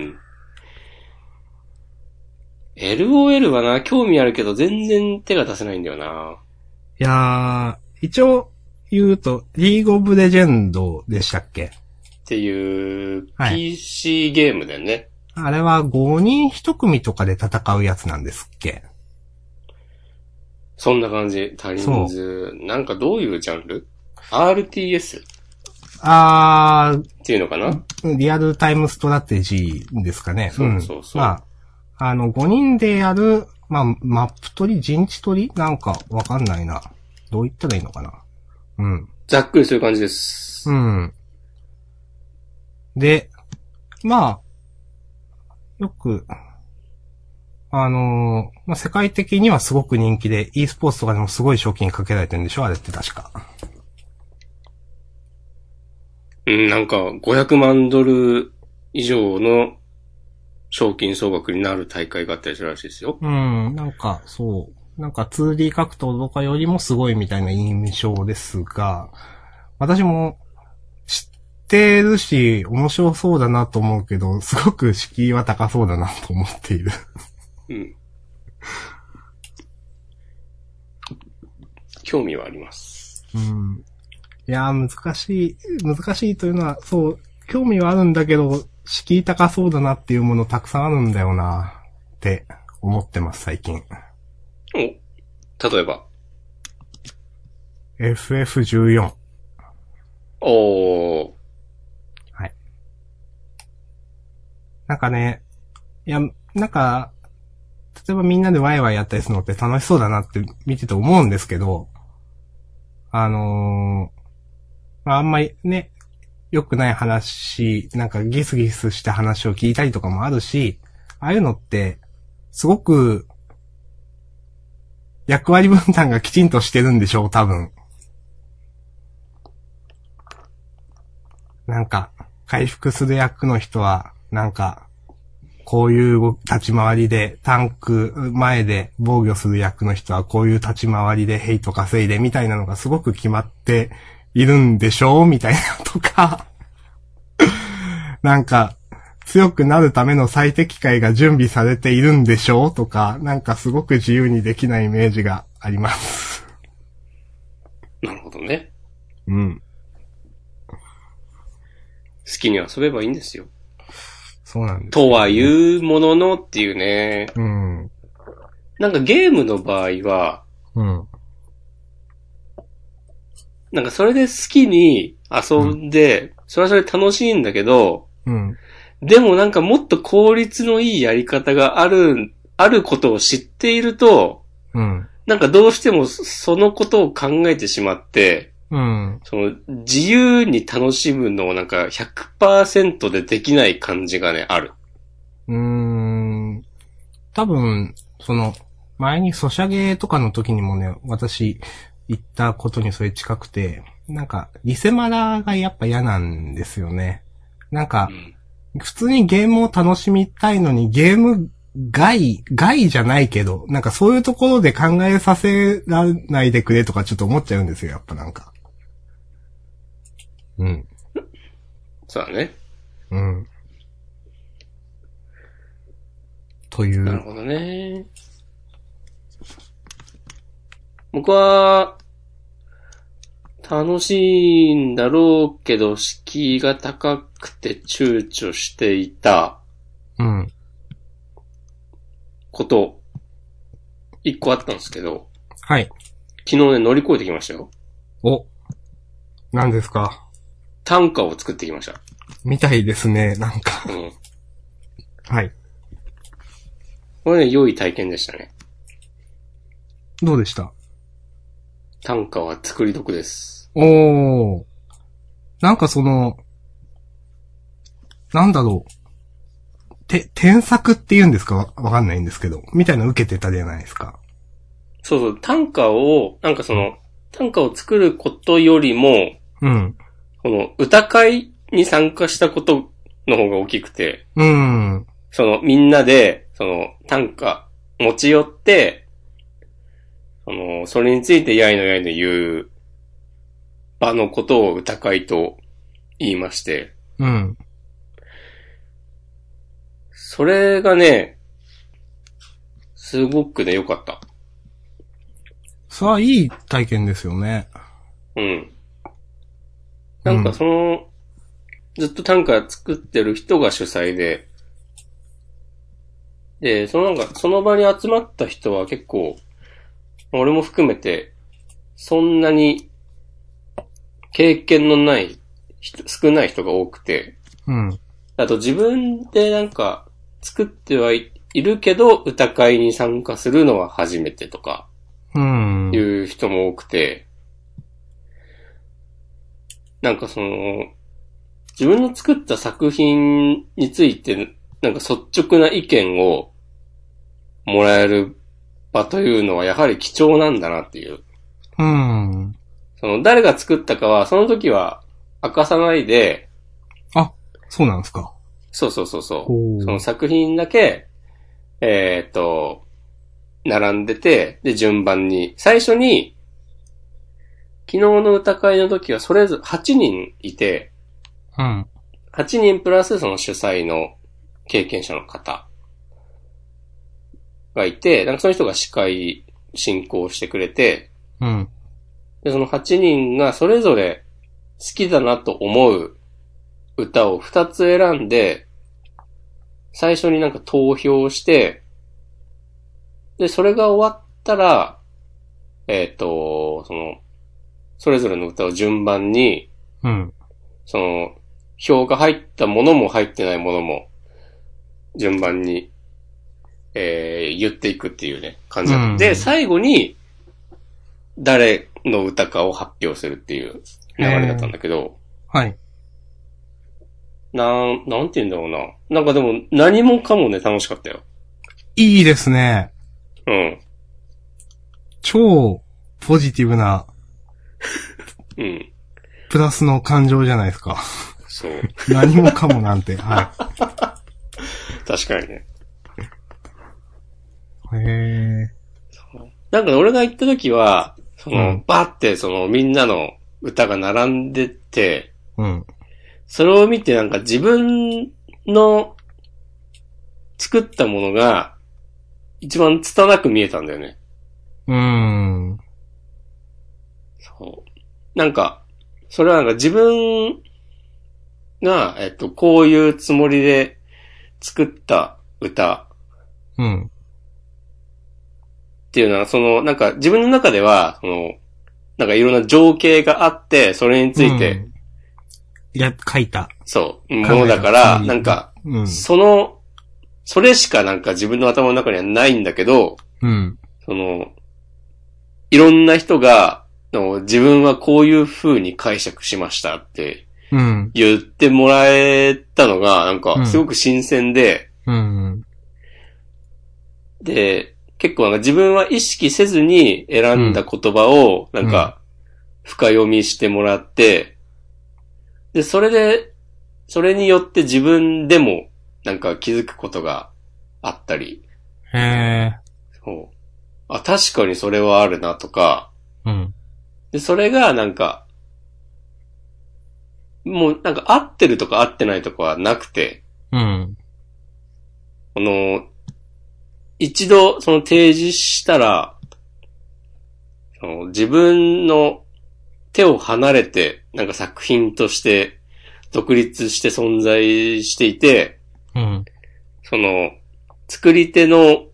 B: エルオーエル はな、興味あるけど全然手が出せないんだよな。
A: いやー、一応言うと、リーグオブレジェンドでしたっけ
B: っていう、ピーシー ゲームだよね。
A: あれはごにんいち組とかで戦うやつなんですっけ？
B: そんな感じ。タリンズ。なんかどういうジャンル？ アールティーエス？
A: あー。
B: っていうのかな？
A: リアルタイムストラテジーですかね。
B: そうそうそう。
A: うん、まあ、あの、ごにんでやる、まあ、マップ取り陣地取りなんかわかんないな。どう言ったらいいのかな。うん。
B: ざっくりそういう感じです。 。
A: うん。で、まあ、よく、あのーまあ、世界的にはすごく人気で、e スポーツとかでもすごい賞金かけられてるんでしょあれって確か。
B: うん、なんかごひゃくまんドル以上の賞金総額になる大会があったりするらしいですよ。
A: うん、なんか、そう。なんか ツーディー 格闘とかよりもすごいみたいな印象ですが、私も知ってるし、面白そうだなと思うけど、すごく敷居は高そうだなと思っている。
B: うん。興味はあります。
A: うん。いやー、難しい、難しいというのは、そう、興味はあるんだけど、敷居高そうだなっていうものたくさんあるんだよなって思ってます、最近。
B: お、例えば。
A: エフエフじゅうよん。
B: おー。
A: はい。なんかね、いや、なんか、例えばみんなでワイワイやったりするのって楽しそうだなって見てて思うんですけど、あのー、まあ、あんまりね、良くない話、なんかギスギスした話を聞いたりとかもあるし、ああいうのって、すごく、役割分担がきちんとしてるんでしょう、多分。なんか、回復する役の人は、なんか、こういう立ち回りで、タンク前で防御する役の人はこういう立ち回りでヘイト稼いでみたいなのがすごく決まっているんでしょうみたいなとか、なんか、強くなるための最適解が準備されているんでしょうとか、なんかすごく自由にできないイメージがあります。
B: なるほどね。
A: うん。
B: 好きに遊べばいいんですよ。
A: そうなんです、ね。
B: とは言うもののっていうね。
A: うん。
B: なんかゲームの場合は、
A: うん。
B: なんかそれで好きに遊んで、うん、それはそれ楽しいんだけど、
A: うん。
B: でもなんかもっと効率のいいやり方がある、あることを知っていると、
A: うん。
B: なんかどうしてもそのことを考えてしまって、
A: うん。
B: その自由に楽しむのをなんか ひゃくパーセント でできない感じがね、ある。
A: うーん。多分、その、前にソシャゲとかの時にもね、私、言ったことにそれ近くて、なんか、リセマラがやっぱ嫌なんですよね。なんか、うん、普通にゲームを楽しみたいのに、ゲーム外、外じゃないけど、なんかそういうところで考えさせらないでくれとかちょっと思っちゃうんですよ、やっぱなんか。うん。
B: そうだね。
A: うん。という。
B: なるほどね。僕は、楽しいんだろうけど、敷居が高くて躊躇していた。
A: うん。
B: こと、一個あったんですけど。
A: はい。
B: 昨日ね、乗り越えてきましたよ。
A: お。何ですか？
B: 短歌を作ってきました。
A: みたいですね、なんか。うん。はい。
B: これね、良い体験でしたね。
A: どうでした？
B: 短歌は作り得です。
A: おー。なんかその、なんだろう。て、添削って言うんですか？わかんないんですけど。みたいなの受けてたじゃないですか。
B: そうそう、短歌を、なんかその、短歌を作ることよりも、
A: うん。
B: この歌会に参加したことの方が大きくて、
A: うん。
B: その、みんなで、その、短歌持ち寄って、その、それについてやいのやいの言う場のことを歌会と言いまして、
A: うん。
B: それがね、すごくね、良かった。
A: それはいい体験ですよね。
B: うん。なんかその、うん、ずっと短歌作ってる人が主催で、で、そのなんか、その場に集まった人は結構、俺も含めて、そんなに経験のない人、少ない人が多くて、
A: うん。
B: あと自分でなんか作ってはいるけど、歌会に参加するのは初めてとか、いう人も多くて、 なんかその、自分の作った作品について、なんか率直な意見をもらえる場というのはやはり貴重なんだなっていう。
A: うん。
B: その、誰が作ったかは、その時は明かさないで、
A: あ、そうなんですか。
B: そうそうそうそう。その作品だけ、えーっと、並んでて、で、順番に、最初に、昨日の歌会の時はそれぞれはちにんいて、
A: うん。
B: はちにんプラスその主催の経験者の方がいて、なんかその人が司会進行してくれて、
A: うん。
B: で、そのはちにんがそれぞれ好きだなと思う歌をふたつ選んで、最初になんか投票して、で、それが終わったら、えっと、その、それぞれの歌を順番に、
A: うん。
B: その、票が入ったものも入ってないものも、順番に、えー、言っていくっていうね、感じだった。
A: うん、
B: で、最後に、誰の歌かを発表するっていう流れだったんだけど、
A: はい。
B: なん、なんて言うんだろうな。なんかでも、何もかもね、楽しかったよ。
A: いいですね。
B: うん。
A: 超、ポジティブな、
B: うん。
A: プラスの感情じゃないですか。
B: そう。
A: 何もかもなんて、はい。
B: 確かにね。
A: へえ。
B: なんか俺が行った時は、その、
A: うん、
B: バーってそのみんなの歌が並んでて、
A: うん。
B: それを見てなんか自分の作ったものが一番拙く見えたんだよね。
A: うーん。
B: そう。なんか、それはなんか自分が、えっと、こういうつもりで作った歌
A: うん。
B: っていうのは、その、なんか自分の中では、その、なんかいろんな情景があって、それについて、うん、
A: いや、書いた。
B: そう、ものだから、なんか、うん、その、それしかなんか自分の頭の中にはないんだけど、
A: うん。
B: その、いろんな人が、の自分はこういう風に解釈しましたって、言ってもらえたのが、なんか、すごく新鮮で、
A: うんうん、
B: で、結構なんか自分は意識せずに選んだ言葉を、なんか、深読みしてもらって、で、それで、それによって自分でも、なんか気づくことがあったり。
A: へー。
B: そう。あ、確かにそれはあるなとか。
A: うん。
B: で、それがなんか、もうなんか合ってるとか合ってないとかはなくて。
A: うん。
B: この、一度その提示したら、その自分の手を離れて、なんか作品として独立して存在していて、
A: うん、
B: その、作り手の、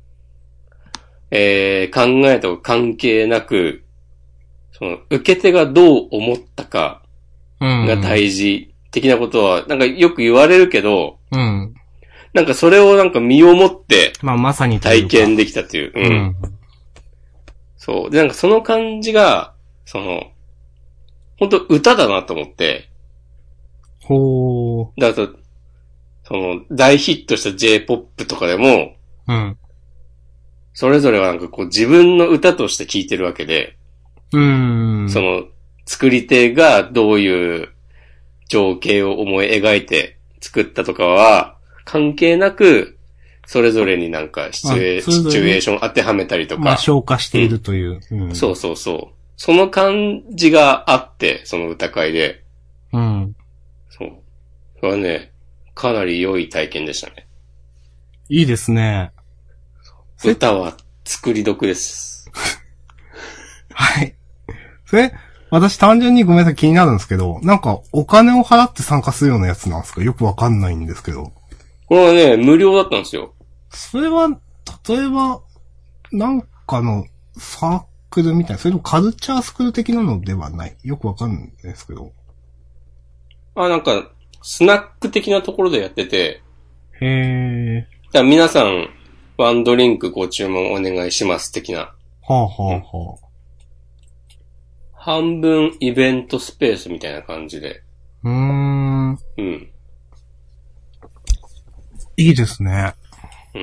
B: えー、考えと関係なく、その、受け手がどう思ったかが大事的なことは、なんかよく言われるけど、
A: うん、
B: なんかそれをなんか身をもって、
A: まあまさに
B: 体験できたという。うん。うん、そう。で、なんかその感じが、その、本当歌だなと思って。
A: ほー。
B: だと、その、大ヒットした J-ポップ とかでも、
A: うん。
B: それぞれはなんかこう自分の歌として聴いてるわけで、
A: うーん。
B: その、作り手がどういう情景を思い描いて作ったとかは、関係なく、それぞれになんかシチュエ、シチュエーション当てはめたりとか。
A: まあ、消化しているという、
B: うんうん。そうそうそう。その感じがあって、その歌会で。
A: うん。
B: そう。それはね、かなり良い体験でしたね。
A: いいですね。
B: 歌は作り得です。
A: はい。それ、私単純にごめんなさい気になるんですけど、なんかお金を払って参加するようなやつなんですか？よくわかんないんですけど。
B: これはね、無料だったんですよ。
A: それは、例えば、なんかのサークルみたいな、それともカルチャースクール的なのではない。よくわかんないですけど。
B: あ、なんか、スナック的なところでやってて。
A: へー。
B: だから皆さん、ワンドリンクご注文お願いします的な。
A: はあはあは
B: 半分イベントスペースみたいな感じで。
A: うーん。
B: うん。
A: いいですね。
B: うん。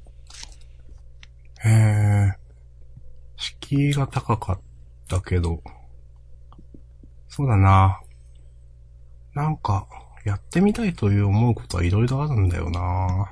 A: へえ。敷居が高かったけど。そうだな。なんか、やってみたいという思うことはいろいろあるんだよな。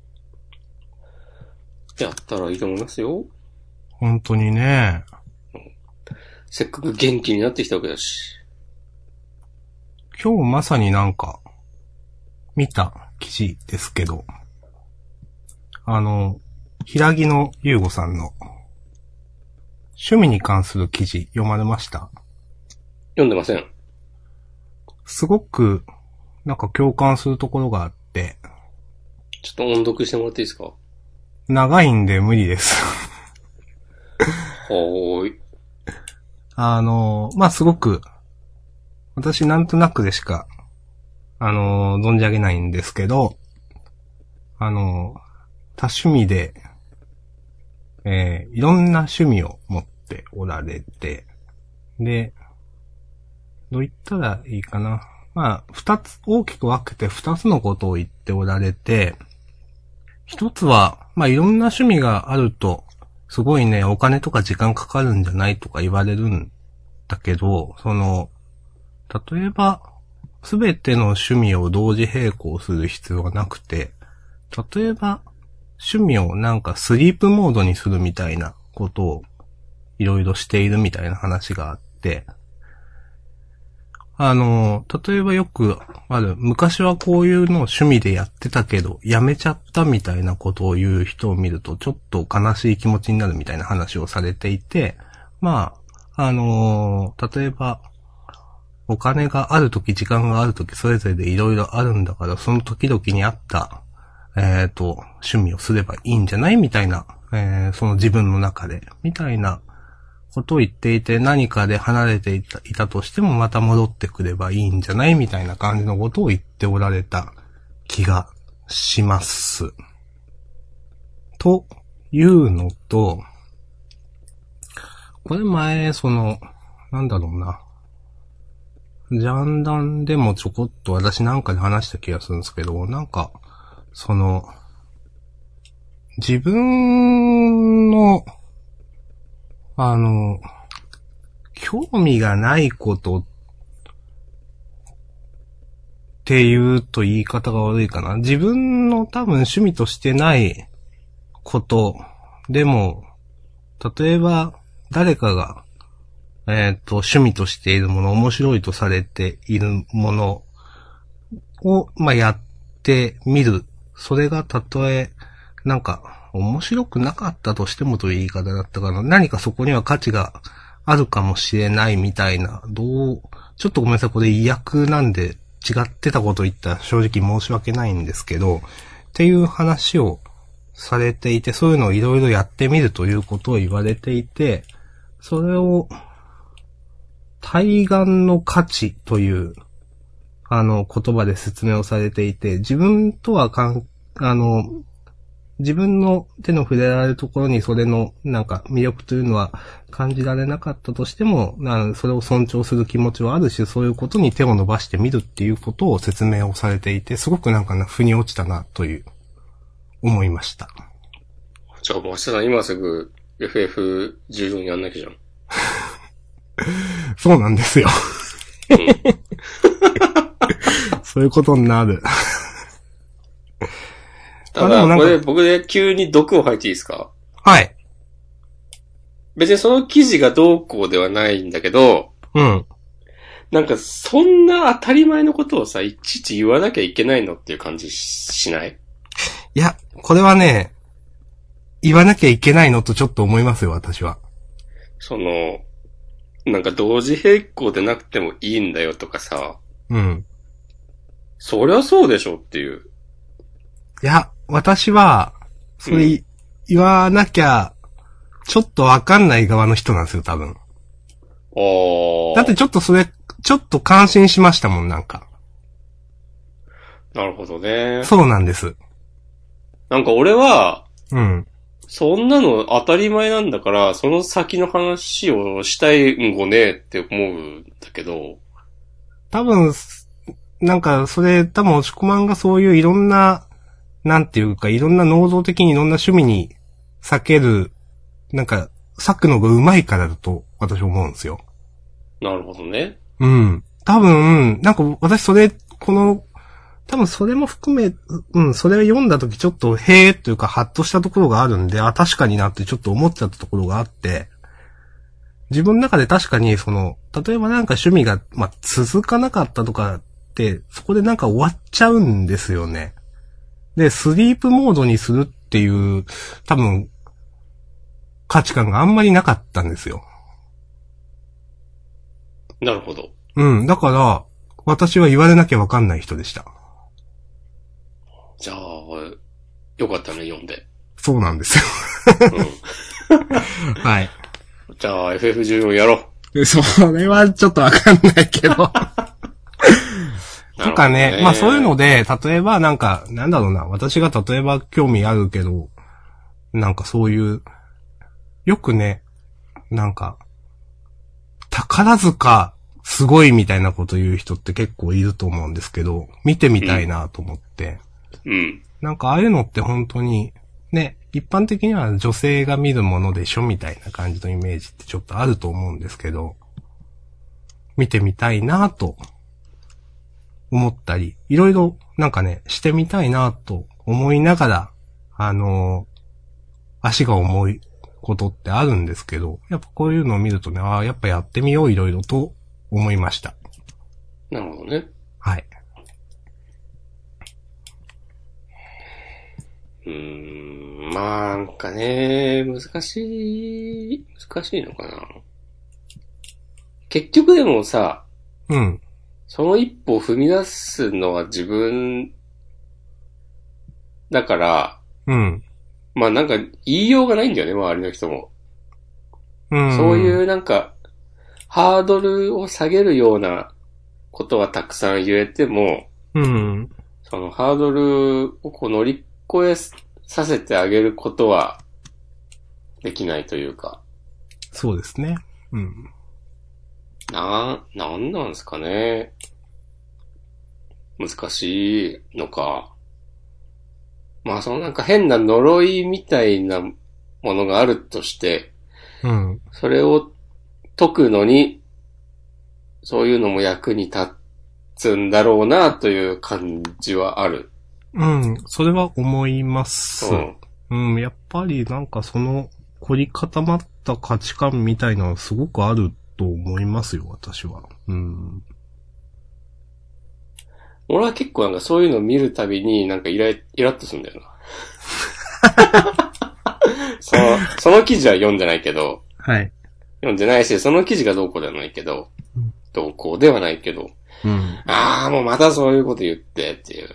B: やったらいいと思いますよ。
A: 本当にね。
B: せっかく元気になってきたわけだし。
A: 今日まさになんか、見た記事ですけど、あの、平木の優吾さんの趣味に関する記事読まれました？
B: 読んでません。
A: すごく、なんか共感するところがあって、
B: ちょっと音読してもらっていいですか？
A: 長いんで無理です。
B: はーい。
A: あの、まあ、すごく、私なんとなくでしか、あの、存じ上げないんですけど、あの、多趣味で、えー、いろんな趣味を持っておられて、で、どう言ったらいいかな。まあ、二つ、大きく分けて二つのことを言っておられて、一つは、まあ、いろんな趣味があると、すごいね、お金とか時間かかるんじゃないとか言われるんだけど、その、例えば、すべての趣味を同時並行する必要がなくて、例えば、趣味をなんかスリープモードにするみたいなことをいろいろしているみたいな話があって、あの、例えばよくある、昔はこういうのを趣味でやってたけど、やめちゃったみたいなことを言う人を見ると、ちょっと悲しい気持ちになるみたいな話をされていて、まあ、あの、例えば、お金があるとき、時間があるとき、それぞれでいろいろあるんだから、その時々に合った、えっと、趣味をすればいいんじゃないみたいな、えー、その自分の中で、みたいなことを言っていて、何かで離れていた、いたとしてもまた戻ってくればいいんじゃないみたいな感じのことを言っておられた気がします。というのと、これ前、その、なんだろうな。ジャンダンでもちょこっと私なんかで話した気がするんですけど、なんか、その、自分の、あの、興味がないことっていうと言い方が悪いかな。自分の多分趣味としてないことでも、例えば誰かが、えっと、趣味としているもの、面白いとされているものを、まあ、やってみる。それがたとえ、なんか、面白くなかったとしてもという言い方だったかな。何かそこには価値があるかもしれないみたいな、どう、ちょっとごめんなさい、これ意訳なんで違ってたこと言ったら正直申し訳ないんですけど、っていう話をされていて、そういうのをいろいろやってみるということを言われていて、それを、対岸の価値という、あの、言葉で説明をされていて、自分とはかん、あの、自分の手の触れられるところにそれの、なんか、魅力というのは感じられなかったとしても、なそれを尊重する気持ちはあるし、そういうことに手を伸ばしてみるっていうことを説明をされていて、すごくなんかな、腑に落ちたな、という、思いました。
B: じゃあ、もう明日今すぐ エフエフじゅうよん やんなきゃじゃん。
A: そうなんですよ。うん、そういうことになる。
B: ただ、これ僕で急に毒を吐いていいですか？
A: はい。
B: 別にその記事がどうこうではないんだけど、
A: うん。
B: なんかそんな当たり前のことをさ、いちいち言わなきゃいけないのっていう感じしない？
A: いや、これはね、言わなきゃいけないのとちょっと思いますよ、私は。
B: その、なんか同時並行でなくてもいいんだよとかさ。
A: うん。
B: そりゃそうでしょっていう。
A: いや、私は、それ、うん、言わなきゃ、ちょっとわかんない側の人なんですよ、多分。
B: ああ。
A: だってちょっとそれ、ちょっと感心しましたもん、なんか。
B: なるほどね。
A: そうなんです。
B: なんか俺は、
A: うん。
B: そんなの当たり前なんだから、その先の話をしたいんごねって思うんだけど。
A: 多分、なんか、それ、多分、押し込まんがそういういろんな、なんていうか、いろんな能動的にいろんな趣味に避ける、なんか、割くのが上手いからだと、私思うんですよ。
B: なるほどね。
A: うん。多分、なんか、私それ、この、多分それも含め、うん、それを読んだときちょっと、へーというか、ハッとしたところがあるんで、あ、確かになってちょっと思っちゃったところがあって、自分の中で確かに、その、例えばなんか趣味が、まあ、続かなかったとかって、そこでなんか終わっちゃうんですよね。で、スリープモードにするっていう、多分、価値観があんまりなかったんですよ。
B: なるほど。
A: うん、だから、私は言われなきゃわかんない人でした。
B: じゃあ、よかったね、読んで。
A: そうなんですよ。うん、はい。
B: じゃあ、エフエフじゅうよん やろ
A: う。それはちょっとわかんないけど。とかね、まあそういうので、例えばなんか、なんだろうな、私が例えば興味あるけど、なんかそういう、よくね、なんか、宝塚すごいみたいなこと言う人って結構いると思うんですけど、見てみたいなと思って。
B: うん。うん、
A: なんかああいうのって本当に、ね、一般的には女性が見るものでしょみたいな感じのイメージってちょっとあると思うんですけど、見てみたいなと思ったり、いろいろなんかね、してみたいなと思いながら、あのー、足が重いことってあるんですけど、やっぱこういうのを見るとね、ああ、やっぱやってみよういろいろと思いました。
B: なるほどね。
A: はい。
B: うーん、まあ、なんかね、難しい、難しいのかな。結局でもさ、
A: うん。
B: その一歩を踏み出すのは自分だから、
A: うん。
B: まあなんか言いようがないんだよね、周りの人も。
A: うん。
B: そういうなんか、ハードルを下げるようなことはたくさん言えても、
A: うん。
B: そのハードルをこう乗り越えさせてあげることはできないというか。
A: そうですね。うん。
B: な、なんなんですかね。難しいのか。まあそのなんか変な呪いみたいなものがあるとして、
A: うん。
B: それを解くのに、そういうのも役に立つんだろうなという感じはある。
A: うん。それは思います。
B: うん。
A: うん。やっぱりなんかその凝り固まった価値観みたいなのはすごくあると思いますよ、私は。うん。
B: 俺は結構なんかそういうのを見るたびになんかイライ、イラッとするんだよな。その、その記事は読んでないけど、
A: はい。
B: 読んでないし、その記事がどうこうではないけど、うん、どうこうではないけど、
A: うん、
B: ああ、もうまたそういうこと言ってっていう。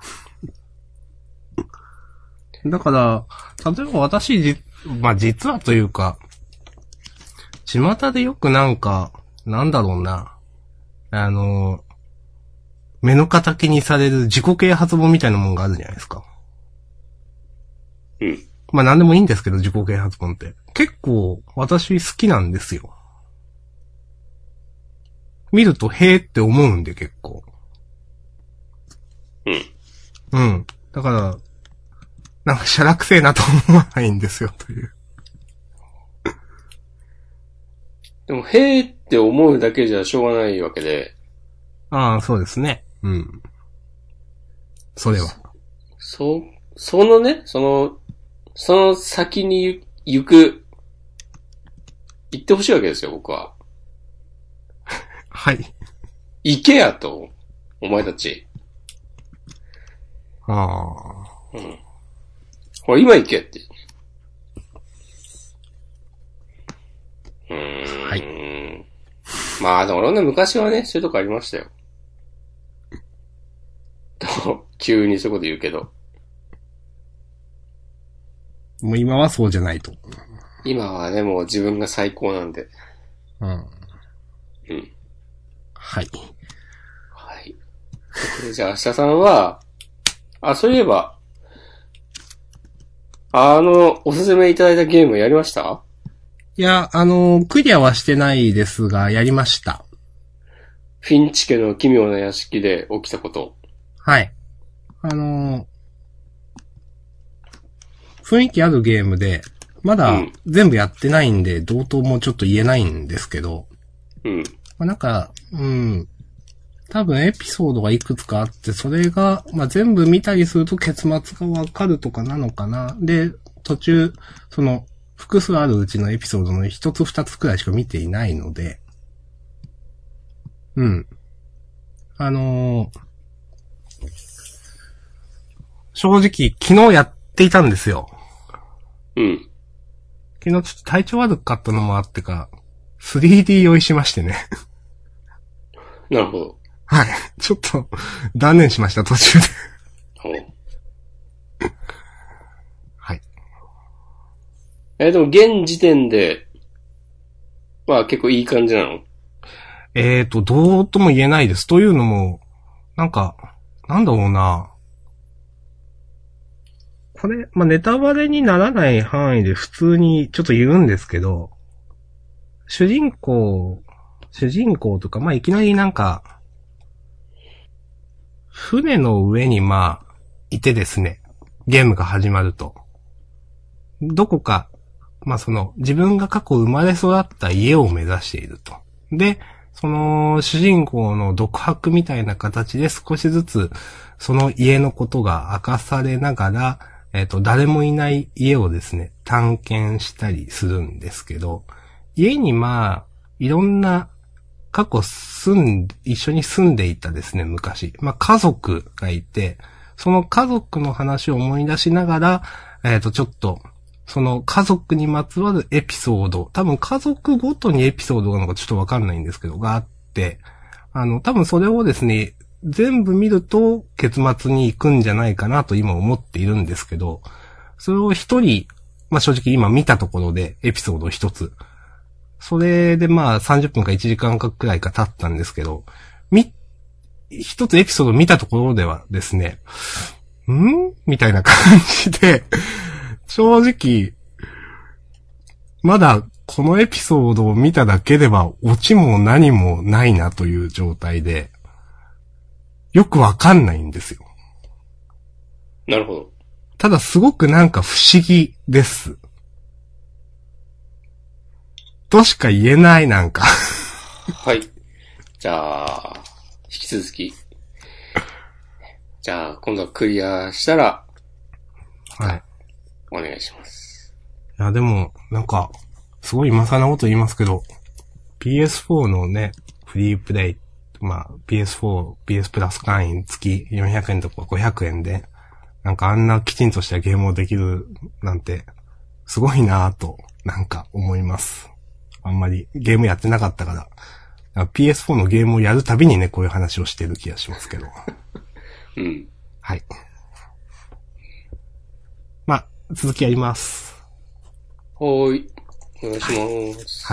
A: だから、例えば私じ、まあ、実はというか、巷でよくなんか、なんだろうな、あの、目の敵にされる自己啓発本みたいなもんがあるじゃないですか。
B: うん。
A: まあ何でもいいんですけど、自己啓発本って。結構、私好きなんですよ。見ると、へーって思うんで、結構。
B: うん。
A: うん。だから、なんか、しゃらくせえなと思わないんですよ、という。
B: でも、へーって思うだけじゃしょうがないわけで。
A: ああ、そうですね。うん。それは。
B: そ、そのね、その、その先に行く、行ってほしいわけですよ、僕は。
A: はい。
B: 行けやと、お前たち。
A: ああ。
B: うん。ほら、今行けって。うーん。
A: はい。
B: まあ、でも俺ね、昔はね、そういうとこありましたよ。と、急にそういうこと言うけど。
A: もう今はそうじゃないと。
B: 今はね、もう自分が最高なんで。
A: うん。
B: うん。
A: はい。
B: はい。じゃあ、明日さんは、あ、そういえば、 あの、おすすめいただいたゲームやりました？
A: いや、あの、クリアはしてないですが、やりました。
B: フィンチ家の奇妙な屋敷で起きたこと。
A: はい。あの、雰囲気あるゲームで、まだ全部やってないんで、同等もちょっと言えないんですけど、
B: うん。
A: まあ、なんか、うん、多分エピソードがいくつかあって、それが、まあ、全部見たりすると結末がわかるとかなのかな。で、途中、その、複数あるうちのエピソードの一つ二つくらいしか見ていないので、うん。あのー、正直、昨日やっていたんですよ。
B: うん。
A: 昨日ちょっと体調悪かったのもあってか、スリーディー 用意しましてね。
B: なるほど。
A: はい。ちょっと、断念しました、途中で。
B: ほう。
A: はい。
B: えー、でも現時点で、まあ結構いい感じなの？
A: えーと、どうとも言えないです。というのも、なんか、なんだろうな。これ、まあ、ネタバレにならない範囲で普通にちょっと言うんですけど、主人公、主人公とか、まあ、いきなりなんか、船の上にまあ、いてですね、ゲームが始まると。どこか、まあ、その、自分が過去生まれ育った家を目指していると。で、その、主人公の独白みたいな形で少しずつ、その家のことが明かされながら、えっと、誰もいない家をですね、探検したりするんですけど、家にまあ、いろんな過去住ん、一緒に住んでいたですね、昔。まあ、家族がいて、その家族の話を思い出しながら、えっと、ちょっと、その家族にまつわるエピソード、多分家族ごとにエピソードがあるのかちょっとわかんないんですけど、があって、あの、多分それをですね、全部見ると結末に行くんじゃないかなと今思っているんですけど、それを一人、まあ正直今見たところでエピソード一つ。それでまあさんじゅっぷんかいちじかんかくらいか経ったんですけど、み、一つエピソード見たところではですね、んみたいな感じで、正直、まだこのエピソードを見ただけではオチも何もないなという状態で、よくわかんないんですよ。
B: なるほど。
A: ただすごくなんか不思議です。としか言えないなんか。
B: はい。じゃあ、引き続き。じゃあ、今度はクリアしたら、
A: はい。
B: お願いします。
A: いやでも、なんか、すごい今更なこと言いますけど、ピーエスフォー のね、フリープレイ、まあ、ピーエスフォー、ピーエス プラス会員月よんひゃくえんとかごひゃくえんで、なんかあんなきちんとしたゲームをできるなんて、すごいなぁと、なんか思います。あんまりゲームやってなかったから、から ピーエスフォー のゲームをやるたびにね、こういう話をしてる気がしますけど。
B: うん。
A: はい。まあ、続きやります。
B: はーい。お願いします。
A: はい。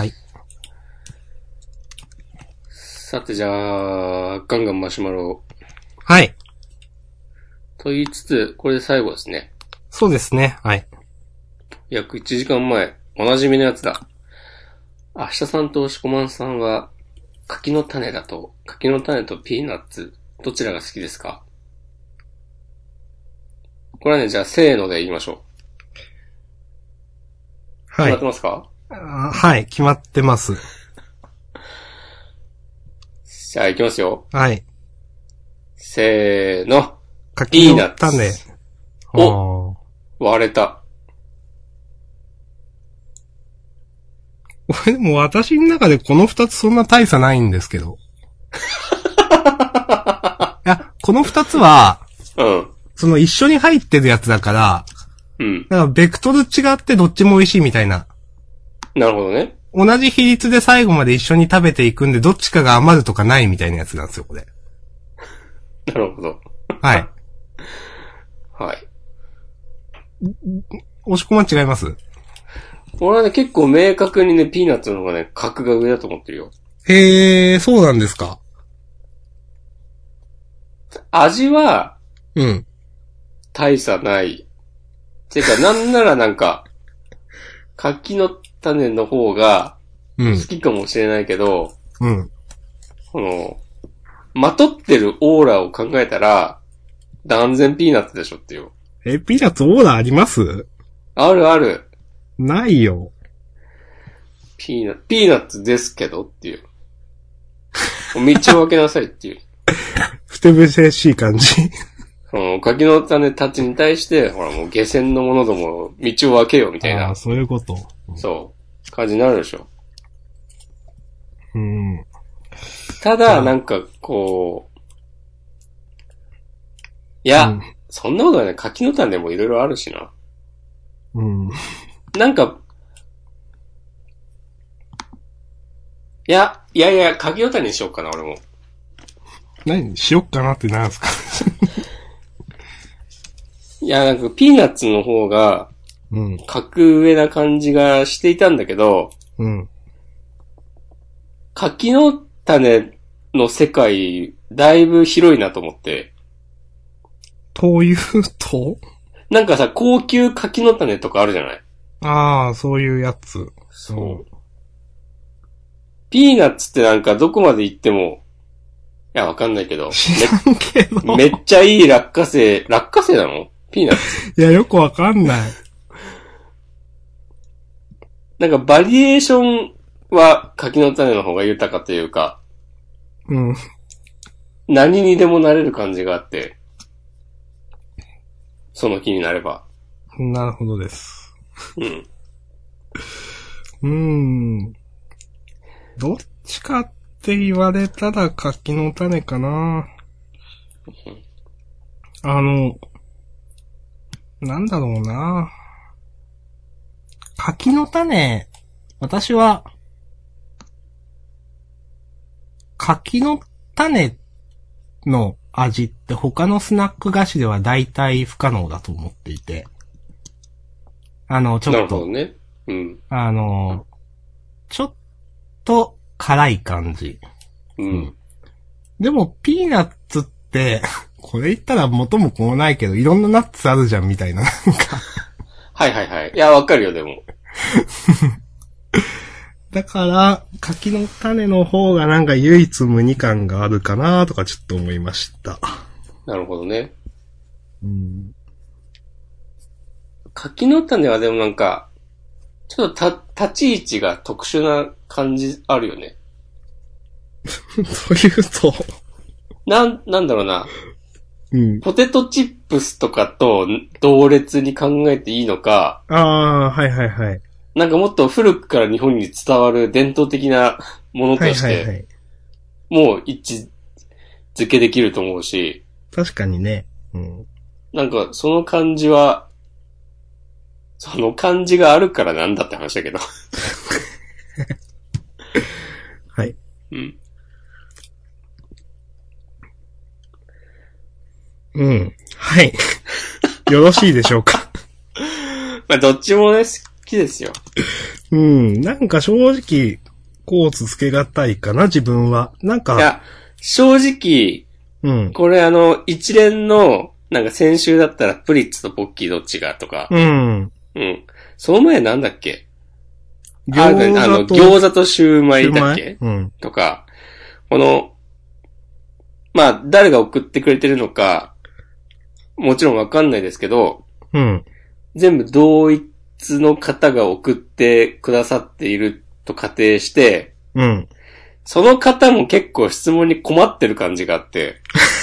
B: さてじゃあ、ガンガンマシュマロ。
A: はい。
B: と言いつつ、これで最後ですね。
A: そうですね。はい。
B: 約いちじかんまえ、おなじみのやつだ。明日さんと押しこまんさんは、柿の種だと、柿の種とピーナッツ、どちらが好きですか？これはね、じゃあ、せーので言いましょう。
A: はい。
B: 決まってますか？
A: はい、決まってます。
B: じゃあ、行きますよ。
A: はい。
B: せーの。
A: 柿の種。
B: お、割れた。
A: これでも私の中でこの二つそんな大差ないんですけど。いや、この二つは、
B: うん。
A: その一緒に入ってるやつだから、
B: うん。
A: だからベクトル違ってどっちも美味しいみたいな。
B: なるほどね。
A: 同じ比率で最後まで一緒に食べていくんで、どっちかが余るとかないみたいなやつなんですよ、これ。
B: なるほど。
A: はい。
B: はい。
A: 押し込まん違います？
B: 俺はね、結構明確にね、ピーナッツの方がね、格が上だと思ってるよ。
A: へー、そうなんですか。
B: 味は、
A: うん。
B: 大差ないてか、なんならなんか、柿の種の方が、好きかもしれないけど、
A: うん。
B: この、まとってるオーラを考えたら、断然ピーナッツでしょっていう。
A: え、ピーナッツオーラあります？
B: あるある。
A: ないよ。
B: ピーナッツ、ピーナッツですけどっていう。道を分けなさいっていう。
A: ふてぶてしい感じ。
B: その、柿の種たちに対して、ほらもう下船の者ども、道を分けようみたいな。
A: ああ、そういうこと。
B: そう。感じになるでしょ。
A: うん。
B: ただ、なんか、こう、いや、うん、そんなことはね、柿の種もいろいろあるしな。
A: うん。
B: なんか、いや、いやいや、柿の種にしようかな、俺も。
A: 何しよっかなってなんすか
B: いや、なんか、ピーナッツの方が、うん。格上な感じがしていたんだけど、うん。柿の種の世界、だいぶ広いなと思って。
A: というと
B: なんかさ、高級柿の種とかあるじゃない？あ
A: ああ、そういうやつ。
B: そう。うん、ピーナッツってなんかどこまで行っても、いや、わかんないけど。
A: 知らんけど。
B: めっちゃいい落花生、落花生なの？ピーナッツ。
A: いや、よくわかんない。
B: なんかバリエーションは柿の種の方が豊かというか、うん。何にでもなれる感じがあって、その気になれば。
A: なるほどです。
B: うん。
A: うーん。どっちかって言われたら柿の種かな。あの、なんだろうな。柿の種、私は、柿の種の味って他のスナック菓子では大体不可能だと思っていて。あの、ちょっと。なるほ
B: どね。うん。
A: あの、ちょっと辛い感じ。
B: うん。うん、
A: でも、ピーナッツって、これ言ったら元も子もないけど、いろんなナッツあるじゃんみたいな、なんか。
B: はいはいはい。いや、わかるよ、でも。
A: だから、柿の種の方がなんか唯一無二感があるかなとかちょっと思いました。
B: なるほどね。
A: うん、
B: 柿の種はでもなんか、ちょっとた、立ち位置が特殊な感じあるよね。
A: というと
B: なん、なんだろうな。
A: うん。
B: ポテトチップスとかと同列に考えていいのか。
A: ああ、はいはいはい。
B: なんかもっと古くから日本に伝わる伝統的なものとして、はいはいはい、もう一致付けできると思うし。
A: 確かにね。うん。
B: なんかその感じは、その感じがあるからなんだって話だけど。
A: はい。
B: うん。
A: うん。はい。よろしいでしょうか。
B: まあ、どっちもね、好きですよ。
A: うん。なんか正直、こうつつけがたいかな、自分は。なんか。
B: いや、正直、
A: うん。
B: これあの、一連の、なんか先週だったらプリッツとポッキーどっちがとか。
A: うん。
B: うん。その前なんだっけ？
A: 餃子と。
B: あの、餃子とシューマイだっけ？
A: うん。
B: とか、この、まあ、誰が送ってくれてるのか、もちろんわかんないですけど、
A: うん。
B: 全部同一の方が送ってくださっていると仮定して、
A: うん。
B: その方も結構質問に困ってる感じがあって、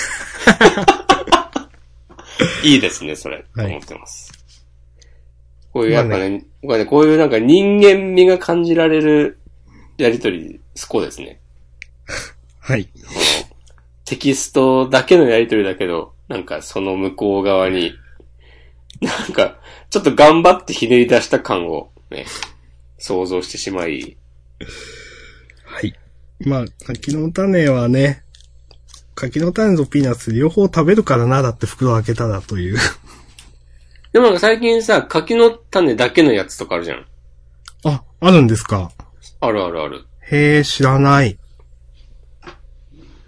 B: いいですね、それ、と思ってます。こういう、やっぱね、まあね、こういうなんか人間味が感じられるやりとり、そこですね。
A: はい。
B: テキストだけのやりとりだけど、なんかその向こう側に、なんか、ちょっと頑張ってひねり出した感をね、想像してしまい。
A: はい。まあ、柿の種はね、柿の種とピーナッツ両方食べるからな、だって袋開けたらという。
B: でもなんか最近さ、柿の種だけのやつとかあるじゃん。
A: あ、あるんですか？
B: あるあるある。
A: へえ、知らない。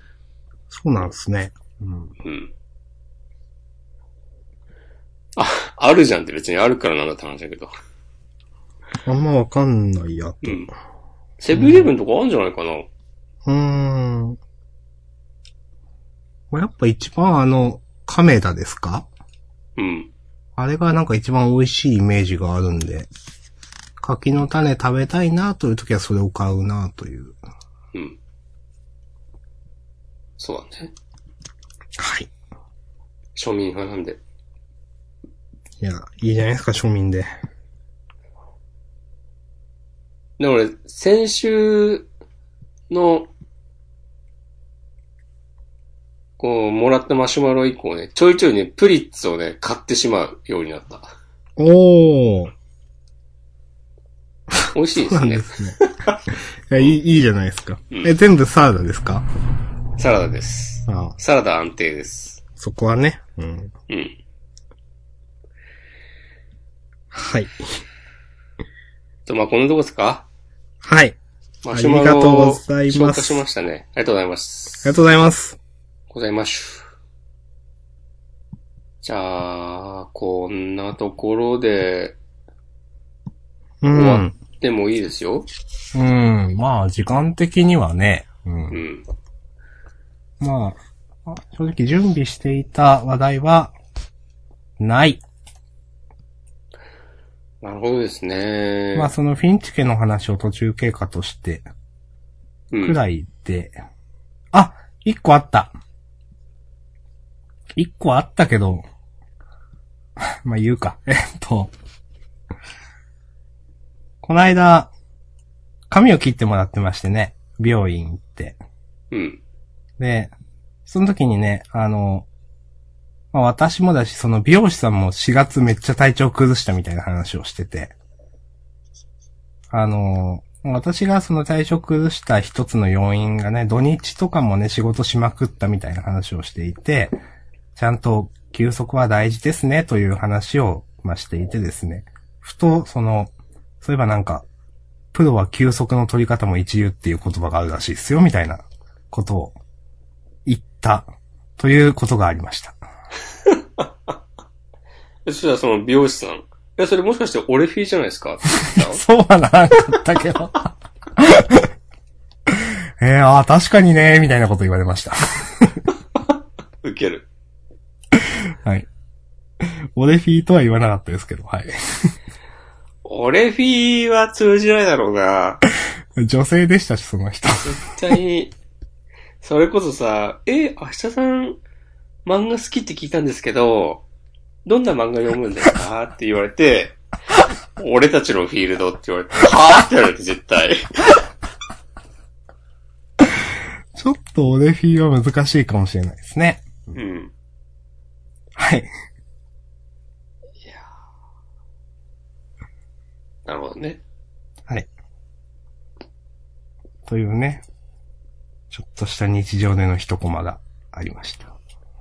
A: そうなんですね。うん。
B: うん。あ、 あるじゃんって別にあるからなんだって話だけど。
A: あんまわかんないやと。
B: うん。セブンイレブンとかあるんじゃないかな。
A: うーん。やっぱ一番あの、亀田ですか？
B: うん。
A: あれがなんか一番美味しいイメージがあるんで、柿の種食べたいなという時はそれを買うなという。
B: うん。そうだね。
A: はい。
B: 庶民派なんで。
A: いや、いいじゃないですか、庶民で。
B: で、俺、先週の、こう、もらったマシュマロ以降ね、ちょいちょいね、プリッツをね、買ってしまうようになった。
A: おー。
B: 美味しいですね。
A: そうなんですね。いや、いい、いいじゃないですか。
B: うん、
A: え、全部サラダですか？
B: サラダです。
A: ああ、
B: サラダ安定です。
A: そこはね。うん。
B: うん。
A: はい。
B: と、まあ、こんなとこですか？
A: はい。
B: マシュマロを
A: ありがとうございます。
B: 消化しましたね。ありがとうございます。
A: ありがとうございます。
B: ございます。じゃあ、こんなところで、
A: うん。
B: 終わってもいいですよ。
A: うん。まあ、時間的にはね。うん。
B: うん。
A: まあ、正直準備していた話題は、ない。
B: なるほどですね。
A: まあ、そのフィンチ家の話を途中経過として、くらいで、うん、あ、一個あった。一個あったけど、まあ言うか。えっと、この間、髪を切ってもらってましてね、美容院行って。
B: うん。
A: で、その時にね、あの、まあ、私もだし、その美容師さんもしがつめっちゃ体調崩したみたいな話をしてて、あの、私がその体調崩した一つの要因がね、土日とかもね、仕事しまくったみたいな話をしていて、ちゃんと休息は大事ですね、という話を、まあ、していてですね。ふと、その、そういえばなんか、プロは休息の取り方も一流っていう言葉があるらしいですよ、みたいなことを言った、ということがありました。
B: そしたらその美容師さん、いや、それもしかしてオレフィーじゃないですかって言った
A: そうはならなかったけど。えー、ああ、確かにね、みたいなこと言われました。
B: ウケる。
A: はい。オレフィーとは言わなかったですけど、はい。
B: オレフィーは通じないだろうな。
A: 女性でしたし、その人。
B: 絶対に、それこそさ、え、明日さん、漫画好きって聞いたんですけど、どんな漫画読むんですかって言われて、俺たちのフィールドって言われて、はぁって言われて絶対。
A: ちょっとオレフィーは難しいかもしれないですね。
B: うん。
A: はい。
B: いやー。なるほどね。
A: はい。というね、ちょっとした日常での一コマがありました。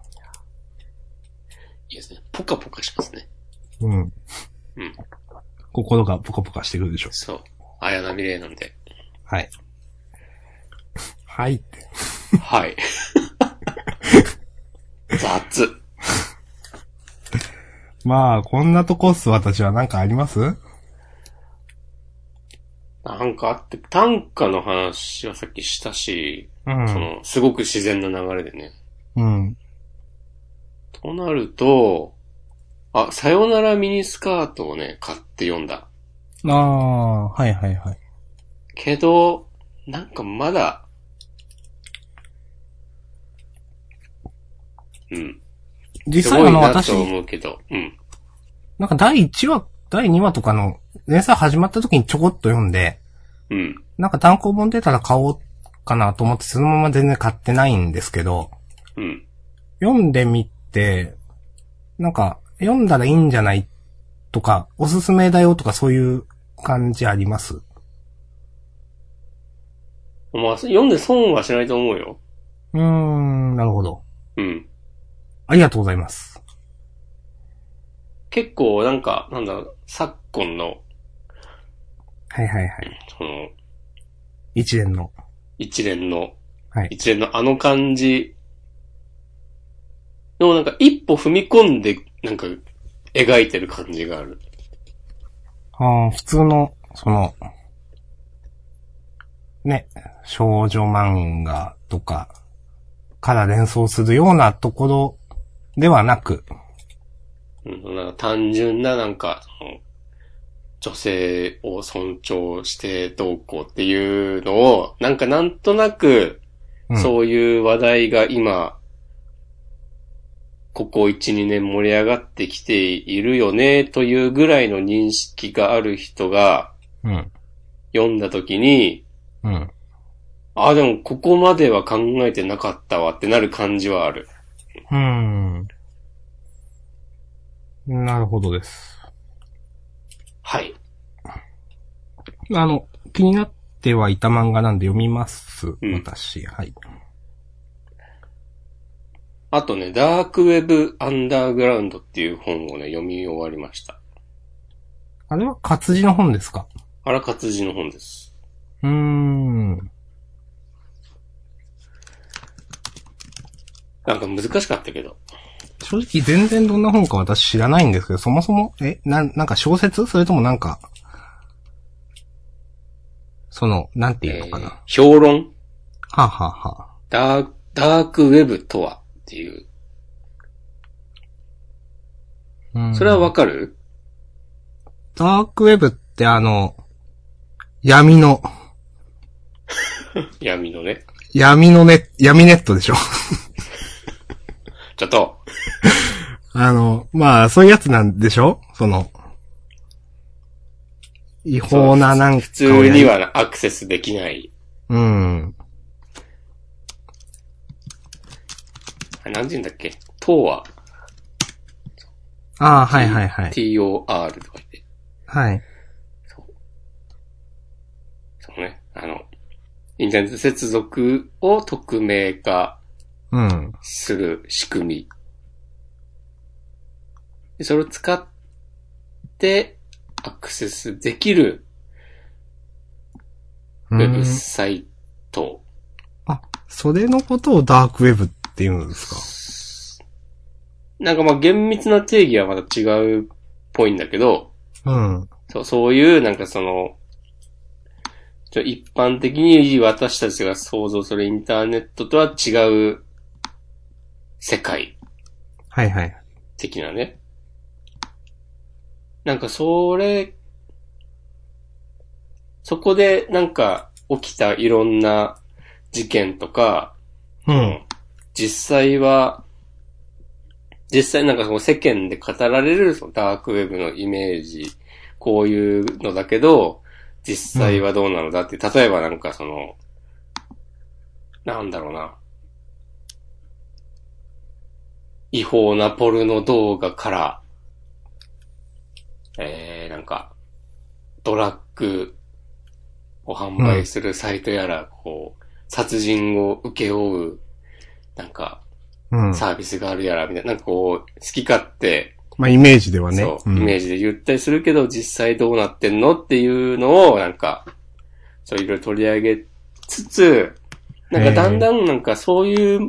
B: いいですね。ポカポカしますね。
A: うん。
B: うん。
A: 心がポカポカしてくるでしょ。
B: そう。綾波レイなんで。
A: はい。はいって。
B: はい。雑。
A: まあ、こんなとこっす、私はなんかあります？
B: なんかあって、短歌の話はさっきしたし、
A: うん。
B: その、すごく自然な流れでね。
A: うん。
B: となると、あ、さよならミニスカートをね、買って読んだ。
A: ああ、はいはいはい。
B: けど、なんかまだ、うん。
A: 実際あの私、
B: すごいなと思うけど、うん。
A: なんかだいいちわ、だいにわとかの連載始まった時にちょこっと読んで、
B: うん。
A: なんか単行本出たら買おうかなと思ってそのまま全然買ってないんですけど、
B: うん。
A: 読んでみて、なんか読んだらいいんじゃないとか、おすすめだよとかそういう感じあります？
B: まあ、読んで損はしないと思うよ。
A: うーん、なるほど。
B: うん。
A: ありがとうございます。
B: 結構なんか、なんだ、昨今の、
A: はいはいはい。
B: その、
A: 一連の。
B: 一連の、
A: はい。
B: 一連のあの感じ、でもなんか一歩踏み込んで、なんか、 描いてる感じがある。
A: ああ、普通の、その、ね、少女漫画とかから連想するようなところではなく、
B: うん、なんか単純ななんか、女性を尊重してどうこうっていうのを、なんかなんとなく、そういう話題が今、ここいち、にねん盛り上がってきているよね、というぐらいの認識がある人が、読んだときに、
A: うん。
B: あ、でもここまでは考えてなかったわってなる感じはある。
A: うーん。なるほどです。
B: はい。
A: あの、気になってはいた漫画なんで読みます、
B: うん、
A: 私。はい。
B: あとね、ダークウェブアンダーグラウンドっていう本をね、読み終わりました。
A: あれは活字の本ですか？
B: あら、活字の本です。
A: うーん。
B: なんか難しかったけど。
A: 正直全然どんな本か私知らないんですけど、そもそも、え、な、なんか小説？それともなんか、その、なんていうのかな。
B: えー、評論？
A: はあ、はあはあ、
B: ダー、ダークウェブとはっていう。
A: うん、
B: それはわかる？
A: ダークウェブってあの、闇の。
B: 闇のね。
A: 闇のネ、闇ネットでしょ。
B: ちょっと。
A: あの、まあ、そういうやつなんでしょ？その、違法ななんか。
B: 普通にはアクセスできない。
A: うん。
B: 何て言うんだっけ？トーア。
A: ああ、はいはいはい。
B: ティーオーアール とか言って。
A: はい。
B: そう。そうね。あの、インターネット接続を匿名化する仕組み。でそれを使ってアクセスできるウェブサイト。
A: あ、それのことをダークウェブって言うんですか？
B: なんかまあ厳密な定義はまた違うっぽいんだけど、
A: うん。
B: そう、そういうなんかその、ちょ一般的に私たちが想像するインターネットとは違う世界。
A: はいはい。
B: 的なね。なんかそれ、そこでなんか起きたいろんな事件とか、
A: うん。
B: 実際は、実際なんかその世間で語られるそのダークウェブのイメージ、こういうのだけど、実際はどうなのだって、例えばなんかその、なんだろうな。違法なポルノ動画から、えー、なんか、ドラッグを販売するサイトやら、うん、こう、殺人を請け負う、なんか、サービスがあるやら、みたいな、なんかこう、好き勝手。
A: まあ、イメージではね。
B: そう、うん、イメージで言ったりするけど、実際どうなってんのっていうのを、なんか、そういろいろ取り上げつつ、なんかだんだんなんかそういう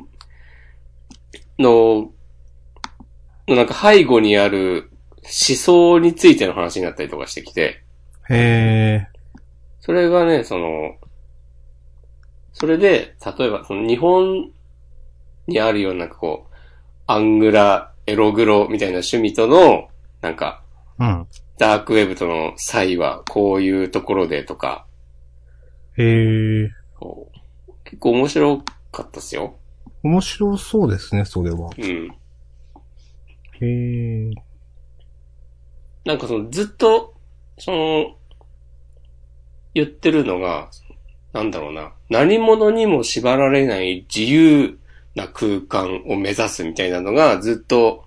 B: の、のなんか背後にある思想についての話になったりとかしてきて。
A: へー。
B: それがね、その、それで、例えばその日本にあるようななんかこう、アングラ、エログロみたいな趣味との、なんか、
A: うん、
B: ダークウェブとの差異はこういうところでとか。
A: へー。
B: 結構面白かったっすよ。
A: 面白そうですね、それは。
B: うん。
A: へー。
B: なんかそのずっと、その、言ってるのが、なんだろうな。何者にも縛られない自由な空間を目指すみたいなのがずっと、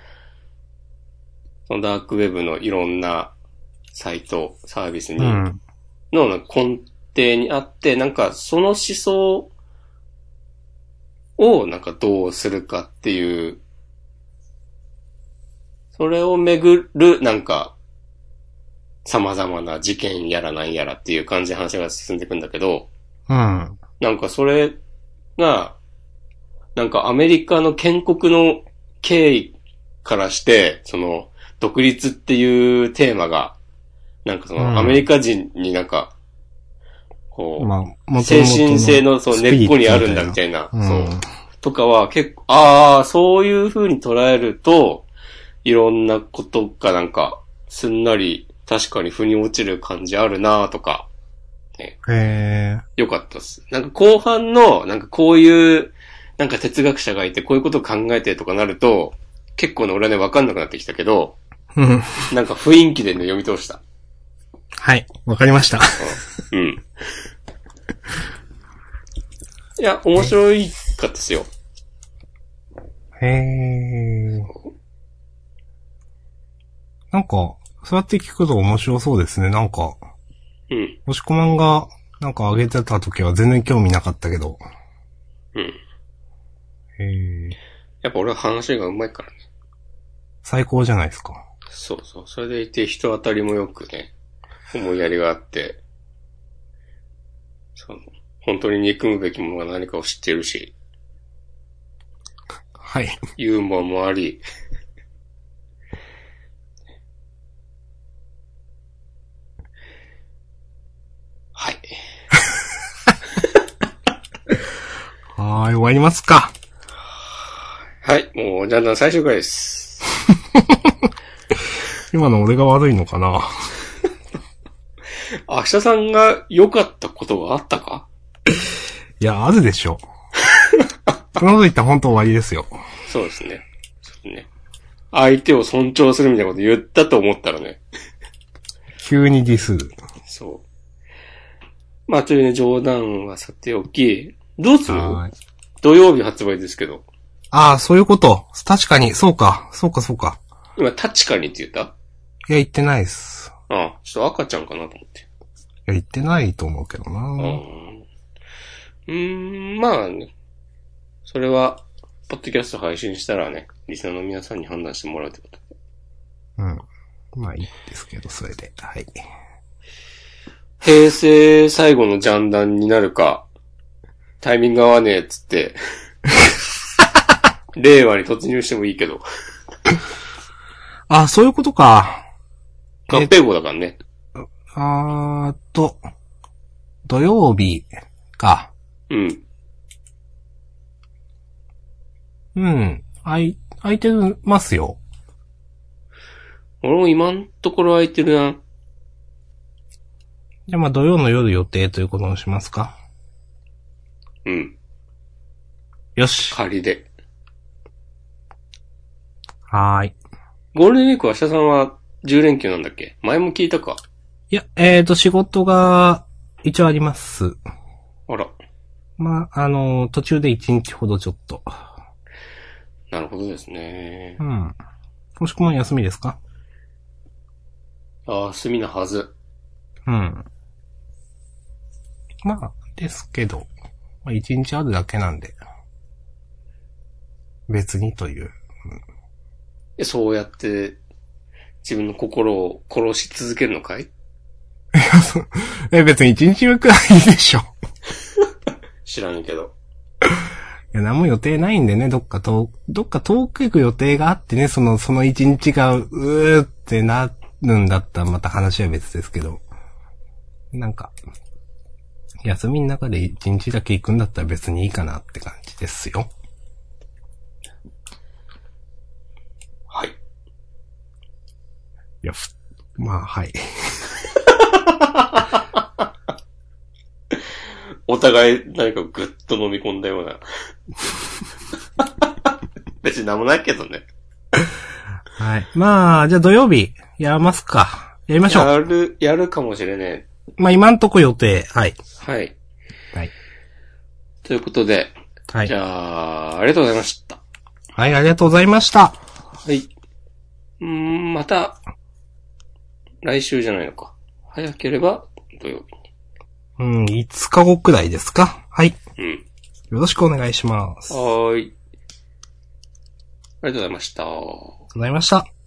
B: そのダークウェブのいろんなサイト、サービスに、の根底にあって、なんかその思想をなんかどうするかっていう、それをめぐるなんか様々な事件やらなんやらっていう感じで話が進んでいくんだけど、
A: うん。
B: なんかそれが、なんかアメリカの建国の経緯からして、その独立っていうテーマが、なんかその、アメリカ人になんか、こう、まあ、精神性のその根っこにあるんだみたいな、うん、そう。とかは結構、ああ、そういう風に捉えると、いろんなことがなんか、すんなり、確かに腑に落ちる感じあるなとか、ね。
A: へー。
B: よかったっす。なんか後半の、なんかこういう、なんか哲学者がいて、こういうことを考えてとかなると、結構ね、俺はね、わかんなくなってきたけど、なんか雰囲気でね、読み通した。
A: はい、わかりました。
B: うん。いや、面白いかったですよ。
A: へー。なんか、そうやって聞くと面白そうですね、なんか。
B: うん。
A: もしこまんが、なんか上げてた時は全然興味なかったけど。
B: うん。
A: へー。
B: やっぱ俺は話が上手いからね。
A: 最高じゃないですか。
B: そうそう。それでいて人当たりもよくね、思いやりがあって、その、本当に憎むべきものが何かを知っているし。
A: はい。
B: ユーモアもあり。はい。
A: はーい、終わりますか。
B: はい、もうだんだん最終回です。
A: 今の俺が悪いのかな。
B: 明日さんが良かったことがあったか？
A: いや、あるでしょ。そのこと言ったら本当終わりですよ。
B: そうですね。ちょっとね。相手を尊重するみたいなこと言ったと思ったらね。
A: 急にディスる。
B: そう。まあ、というね、冗談はさておき、どうする？土曜日発売ですけど。
A: ああ、そういうこと。確かに、そうか、そうか、そうか。
B: 今、確かにって言った？
A: いや、言ってないっす。
B: ああ、ちょっと赤ちゃんかなと思って。い
A: や、言ってないと思うけどな。うん。
B: うーん、まあね。それは、ポッドキャスト配信したらね、リスナーの皆さんに判断してもらうってことで。
A: うん。まあいいですけど、それで。はい。
B: 平成最後のジャンダンになるか、タイミング合わねえっつって、令和に突入してもいいけど。
A: あ、そういうことか。
B: 合併号だからね。
A: あーっと、土曜日か。
B: うん。
A: うん。あい、空いてますよ。
B: 俺も今んところ空いてるな。
A: じゃあまあ土曜の夜予定ということにしますか。
B: うん。
A: よし。
B: 仮で。
A: はーい。
B: ゴールデンウィークは明日さんはじゅう連休なんだっけ？前も聞いたか？
A: いや、えーと、仕事が一応あります。
B: あら。
A: まあ、あのー、途中で一日ほどちょっと。
B: なるほどですね。
A: うん。もしくも休みですか？
B: ああ、休みなはず。
A: うん。まあ、ですけど、まあ一日あるだけなんで、別にという。
B: うん、そうやって自分の心を殺し続けるのかい？
A: え、別に一日くらいでしょ。
B: 知らんけど。
A: いや、何も予定ないんでね、どっか遠、どっか遠く行く予定があってね、その、その一日が、うーってなるんだったらまた話は別ですけど。なんか、休みの中で一日だけ行くんだったら別にいいかなって感じですよ。
B: はい。
A: いや、ふ、まあ、はい。
B: お互い何かぐっと飲み込んだような。別に何もないけどね。
A: はい。まあ、じゃあ土曜日、やりますか。やりましょう。
B: やる、やるかもしれねえ。
A: まあ今んとこ予定、はい。
B: はい。
A: はい。
B: ということで、
A: はい。
B: じゃあ、ありがとうございました。
A: はい、ありがとうございました。
B: はい。うーん、また、来週じゃないのか。早ければ土曜日に。
A: うん、いつかごくらいですか。はい。
B: うん。
A: よろしくお願いします。
B: はーい。ありがとうございました。
A: ありがとうございました。